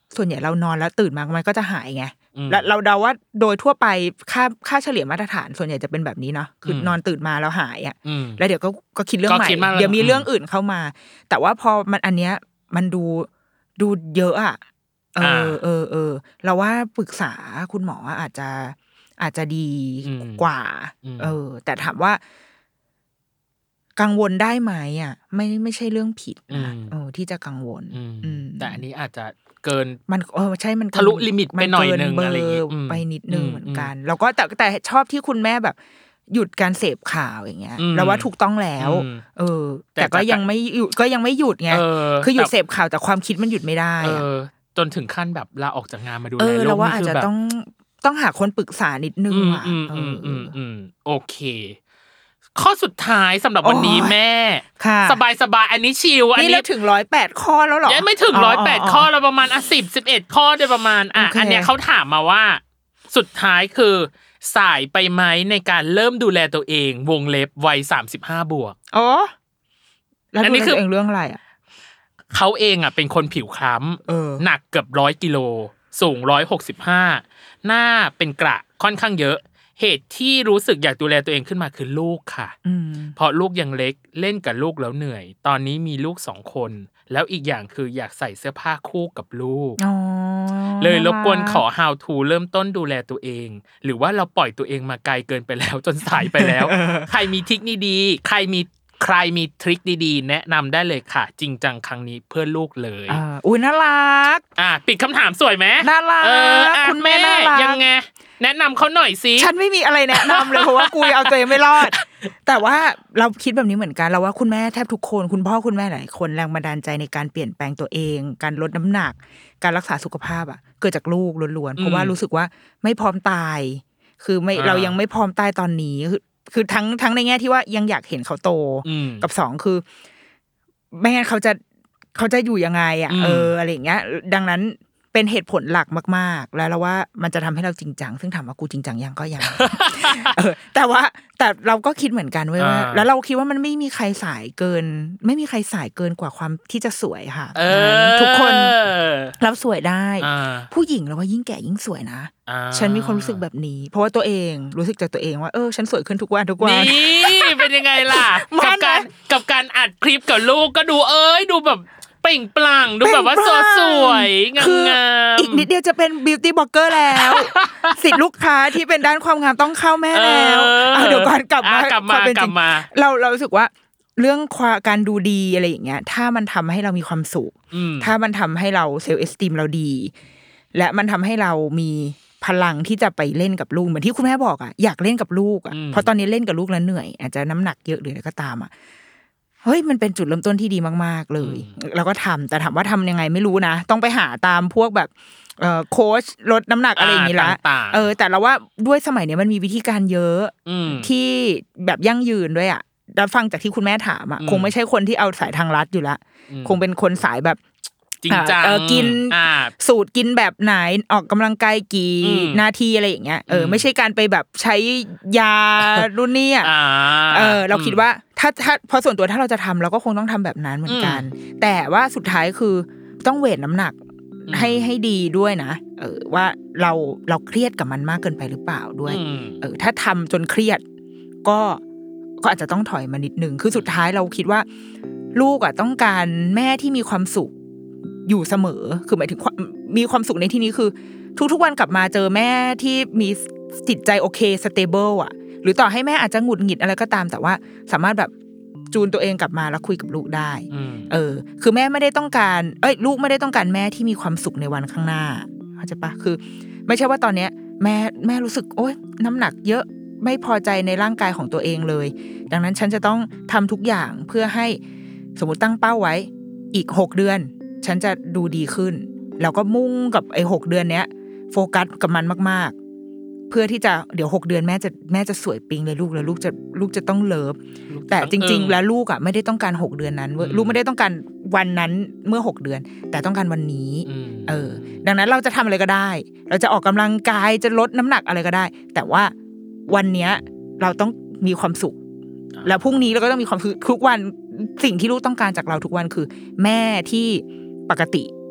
ส่วนใหญ่เรานอนแล้วตื่นมามันก็จะหายไงแล้วเราเดาว่าโดยทั่วไปค่าค่าเฉลี่ยมาตรฐานส่วนใหญ่จะเป็นแบบนี้เนาะคือนอนตื่นมาแล้วหายอ่ะแล้วเดี๋ยวก็ก็คิดเรื่องใหม่เดี๋ยวมีเรื่องอื่นเข้ามาแต่ว่าพอมันอันเนี้ยมันดูดูเยอะอ่ะเออเออเออเราว่าปรึกษาคุณหมออาจจะอาจจะดีกว่าเออแต่ถามว่ากังวลได้ไหมอ่ะไม่ไม่ใช่เรื่องผิดนะเออที่จะกังวลแต่อันนี้อาจจะเกินมันเออใช่มันทะลุลิมิตไปหน่อยนึงอะไรอย่างเงี้ยไปนิดนึงเหมือนกันแล้วก็แต่แต่ชอบที่คุณแม่แบบหยุดการเสพข่าวอย่างเงี้ยเราว่าถูกต้องแล้วเออแต่ก็ยังไม่หยุดก็ยังไม่หยุดไงคือหยุดเสพข่าวแต่ความคิดมันหยุดไม่ได้จนถึงขั้นแบบลาออกจากงานมาดูแลลูกเราว่าอาจจะต้องต้องหาคนปรึกษานิดนึงอ่ะโอเคข้อสุดท้ายสำหรับวันนี้แม่สบายสบายอันนี้ชิลอันนี้เราถึงร้อยแปดข้อแล้วหรอยังไม่ถึงร้อยแปดข้อเราประมาณอ่ะสิบ สิบเอ็ดข้อโดยประมาณอ่ะอันเนี้ยเขาถามมาว่าสุดท้ายคือสายไปไหมในการเริ่มดูแลตัวเองวงเล็บวัยสามสิบห้าบวกอ๋อแล้วดูแลตัวเองเรื่องอะไรอ่ะเขาเองอ่ะเป็นคนผิวคล้ำหนักเกือบร้อยกิโลสูงร้อยหกสิบห้าหน้าเป็นกระค่อนข้างเยอะเหตุที่รู้สึกอยากดูแลตัวเองขึ้นมาคือลูกค่ะเพราะลูกยังเล็กเล่นกับลูกแล้วเหนื่อยตอนนี้มีลูกสองคนแล้วอีกอย่างคืออยากใส่เสื้อผ้าคู่กับลูกเลยรบกวนขอ how to เริ่มต้นดูแลตัวเองหรือว่าเราปล่อยตัวเองมาไกลเกินไปแล้วจนสายไปแล้ว ใครมีทริคดีๆใครมีใครมีทริคดีๆแนะนำได้เลยค่ะจริงจังครั้งนี้เพื่อลูกเลยอ่าอุ้ยน่ารักอ่ะปิดคำถามสวยไหมน่ารักคุณแม่ยังไงแนะนำเขาหน่อยสิฉันไม่มีอะไรแนะนำเลยเพราะว่ากูเอาตัวเองไม่รอดแต่ว่าเราคิดแบบนี้เหมือนกันเราว่าคุณแม่แทบทุกคนคุณพ่อคุณแม่หลายคนแรงบันดาลใจในการเปลี่ยนแปลงตัวเองการลดน้ำหนักการรักษาสุขภาพอ่ะเกิดจากลูกล้วนๆเพราะว่ารู้สึกว่าไม่พร้อมตายคือไม่เรายังไม่พร้อมตายตอนนี้คือคือทั้งทั้งในแง่ที่ว่ายังอยากเห็นเขาโตกับสองคือไม่งั้นเขาจะเขาจะอยู่ยังไงอ่ะเอออะไรอย่างเงี้ยดังนั้นเป็นเหตุผลหลักมากๆแล้วเราว่ามันจะทำให้เราจริงจังซึ่งถามว่ากูจริงจังยังก็ยัง เออแต่ว่าแต่เราก็คิดเหมือนกันเว้ยว่าแล้วเราคิดว่ามันไม่มีใครสายเกินไม่มีใครสายเกินกว่าความที่จะสวยค่ะทุกคนเราสวยได้ผู้หญิงเราว่ายิ่งแก่ยิ่งสวยนะฉันมีความรู้สึกแบบนี้เพราะว่าตัวเองรู้สึกจากตัวเองว่าเออฉันสวยขึ้นทุกวันทุกวันนี่เป็นยังไงล่ะกับการกับการอัดคลิปกับลูกก็ดูเอ้ยดูแบบเปล่งปลั่งดูแบบว่าสวยๆงามๆอีกนิดเดียวจะเป็นบิวตี้บล็อกเกอร์แล้วสิทธิ์ลูกค้าที่เป็นด้านความงามต้องเข้าแม่แล้วเดี๋ยวก่อนกลับมากลับมากลับมาเราเรารู้สึกว่าเรื่องการดูดีอะไรอย่างเงี้ยถ้ามันทำให้เรามีความสุขถ้ามันทำให้เราเซลล์เอสติมเราดีและมันทำให้เรามีพลังที่จะไปเล่นกับลูกเหมือนที่คุณแม่บอกอ่ะอยากเล่นกับลูกอ่ะเพราะตอนนี้เล่นกับลูกแล้วเหนื่อยอาจจะน้ำหนักเยอะหรืออะไรก็ตามอ่ะเฮ้ยมันเป็นจุดเริ่มต้นที่ดีมากๆเลยแล้วก็ทำแต่ถามว่าทำยังไงไม่รู้นะต้องไปหาตามพวกแบบเอ่อโค้ชลดน้ำหนักอะไรอย่างนี้ละเออแต่เราว่าด้วยสมัยนี้มันมีวิธีการเยอะที่แบบยั่งยืนด้วยอ่ะแล้วฟังจากที่คุณแม่ถามอ่ะคงไม่ใช่คนที่เอาสายทางลัดอยู่ละคงเป็นคนสายแบบจริงจังกินสูตรกินแบบไหนออกกำลังกายกี่นาทีอะไรอย่างเงี้ยเออไม่ใช่การไปแบบใช้ยารุ่นนี้อ่ะเออเราคิดว่าถ้าถ้าพอส่วนตัวถ้าเราจะทำเราก็คงต้องทำแบบนั้นเหมือนกันแต่ว่าสุดท้ายคือต้องเวทน้ำหนักให้ให้ดีด้วยนะเออว่าเราเราเครียดกับมันมากเกินไปหรือเปล่าด้วยเออถ้าทำจนเครียดก็ก็อาจจะต้องถอยมานิดนึงคือสุดท้ายเราคิดว่าลูกอ่ะต้องการแม่ที่มีความสุขอยู่เสมอคือหมายถึงมีความสุขในที่นี้คือทุกๆวันกลับมาเจอแม่ที่มีจิตใจโอเคสเตเบิลอ่ะหรือต่อให้แม่อาจจะหงุดหงิดอะไรก็ตามแต่ว่าสามารถแบบจูนตัวเองกลับมาแล้วคุยกับลูกได้เออคือแม่ไม่ได้ต้องการเอ้ยลูกไม่ได้ต้องการแม่ที่มีความสุขในวันข้างหน้าเข้าใจปะคือไม่ใช่ว่าตอนเนี้ยแม่แม่รู้สึกโอ๊ยน้ำหนักเยอะไม่พอใจในร่างกายของตัวเองเลยดังนั้นฉันจะต้องทำทุกอย่างเพื่อให้สมมติตั้งเป้าไว้อีกหกเดือนฉันจะดูดีขึ้นแล้วก็มุ่งกับไอ้หกเดือนเนี้ยโฟกัสกับมันมากๆเพื่อที่จะเดี๋ยวหกเดือนแม่จะแม่จะสวยปิ๊งเลยลูกแล้วลูกจะลูกจะต้องเลิฟแต่จริงๆแล้วลูกอ่ะไม่ได้ต้องการหกเดือนนั้นลูกไม่ได้ต้องการวันนั้นเมื่อหกเดือนแต่ต้องการวันนี้เออดังนั้นเราจะทำอะไรก็ได้เราจะออกกำลังกายจะลดน้ำหนักอะไรก็ได้แต่ว่าวันเนี้ยเราต้องมีความสุขแล้วพรุ่งนี้เราก็ต้องมีความสุขทุกวันสิ่งที่ลูกต้องการจากเราทุกวันคือแม่ที่ปกติ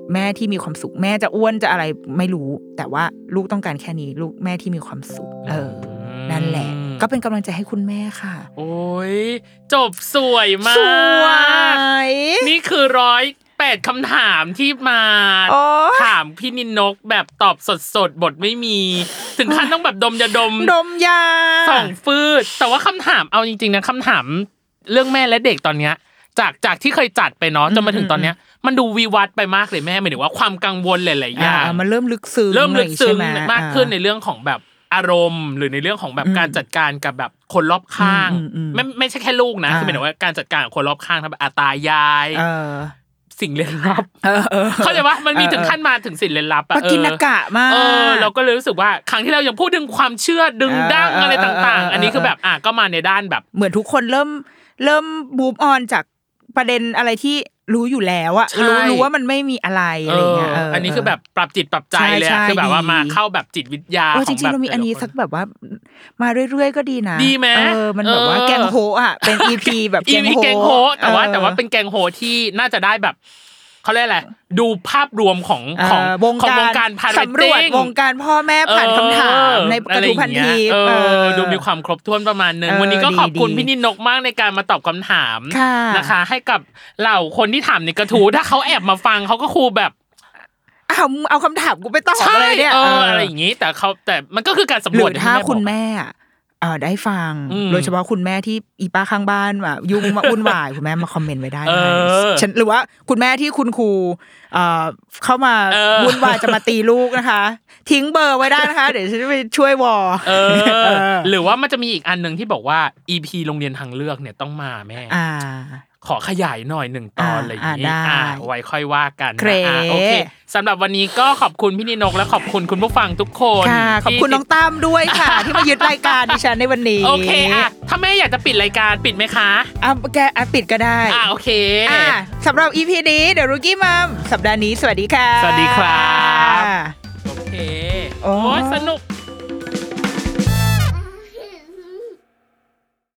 แม่ที่มีความสุขแม่จะอ้วนจะอะไรไม่รู้แต่ว่าลูกต้องการแค่นี้ลูกแม่ที่มีความสุขเออนั่นแหละก็เป็นกำลังใจให้คุณแม่ค่ะโอ้ยจบสวยมากสวยนี่คือร้อยแปดคำถามที่มาถามพี่นินนกแบบตอบสดๆบทไม่มีถึงขั้นต้องแบบดมยาดมดมยาส่องฟืดแต่ว่าคำถามเอาจริงๆนะคำถามเรื่องแม่และเด็กตอนเนี้ยจากจากที่เคยจัดไปเนาะจนมาถึงตอนเนี้ยมันดูวิวัฒน์ไปมากเลยแม่หมายถึงว่าความกังวลหลายๆอย่างมันเริ่มลึกซึ้งเริ่มลึกซึ้งมากขึ้นในเรื่องของแบบอารมณ์หรือในเรื่องของแบบการจัดการกับแบบคนรอบข้างไม่ไม่ใช่แค่ลูกนะคือหมายถึงว่าการจัดการกับคนรอบข้างทั้งแบบอาตายายสิ่งเล่นลับเข้าใจว่ามันมีถึงขั้นมาถึงสิ่งเล่นลับอะปกินกะมากเออเราก็เลยรู้สึกว่าครั้งที่เรายังพูดถึงความเชื่อดึงดั้งอะไรต่างๆอันนี้คือแบบอ่ะก็มาในด้านแบบเหมือนทุกคนเริ่มเริ่มบูมออนจากประเด็นอะไรที่รู้อยู่แล้วอะรู้รู้ว่ามันไม่มีอะไรอะไรเงี้ยอันนี้คือแบบปรับจิตปรับใจเลยคือแบบว่ามาเข้าแบบจิตวิทยาของแบบจริงๆเรามีอันนี้สักแบบว่ามาเรื่อยๆก็ดีนะดีไหมเออมันแบบว่าแกงโฮอะเป็น อี พี แบบแกงโฮแต่ว่าแต่ว่าเป็นแกงโฮที่น่าจะได้แบบเขาเรียกอะไรดูภาพรวมของของวงการสำรวจวงการพ่อแม่ผ่านคำถามในกระทู้พันทิปดูมีความครบถ้วนประมาณนึงวันนี้ก็ขอบคุณพี่นินนกมากในการมาตอบคำถามนะคะให้กับเหล่าคนที่ถามในกระทู้ถ้าเขาแอบมาฟังเขาก็คูแบบเอาเอาคำถามกูไปตอบอะไรเนี่ยเอออะไรอย่างงี้แต่เขาแต่มันก็คือการสำรวจถ้าคุณแม่เอ่อได้ฟังโดยเฉพาะคุณแม่ที่อีป้าข้างบ้านแบบยุ่งมาวุ่นวายคุณแม่มาคอมเมนต์ไว้ได้ฉันหรือว่าคุณแม่ที่คุณครูเอ่อเข้ามาวุ่นวายจะมาตีลูกนะคะทิ้งเบอร์ไว้ได้นะคะเดี๋ยวฉันจะไปช่วยวอเออหรือว่ามันจะมีอีกอันนึงที่บอกว่า อี พี โรงเรียนทางเลือกเนี่ยต้องมาแม่อ่าขอขยายหน่อยหนึ่งตอนอะไรอย่างนี้อ่าไว้ค่อยว่ากันนะโอเคสำหรับวันนี้ก็ขอบคุณพี่นินนกและขอบคุณคุณผู้ฟังทุกคนขอบคุณน้องตั้มด้วยค่ะที่มายึดรายการดิฉันในวันนี้โอเคอ่ะถ้าแม่อยากจะปิดรายการปิดไหมคะอ่ะแกอ่ะปิดก็ได้อ่ะโอเคอ่ะสำหรับ อี พี นี้เดี๋ยวรุกี้มัมสัปดาห์นี้สวัสดีค่ะสวัสดีครับโอเคโอ้สนุก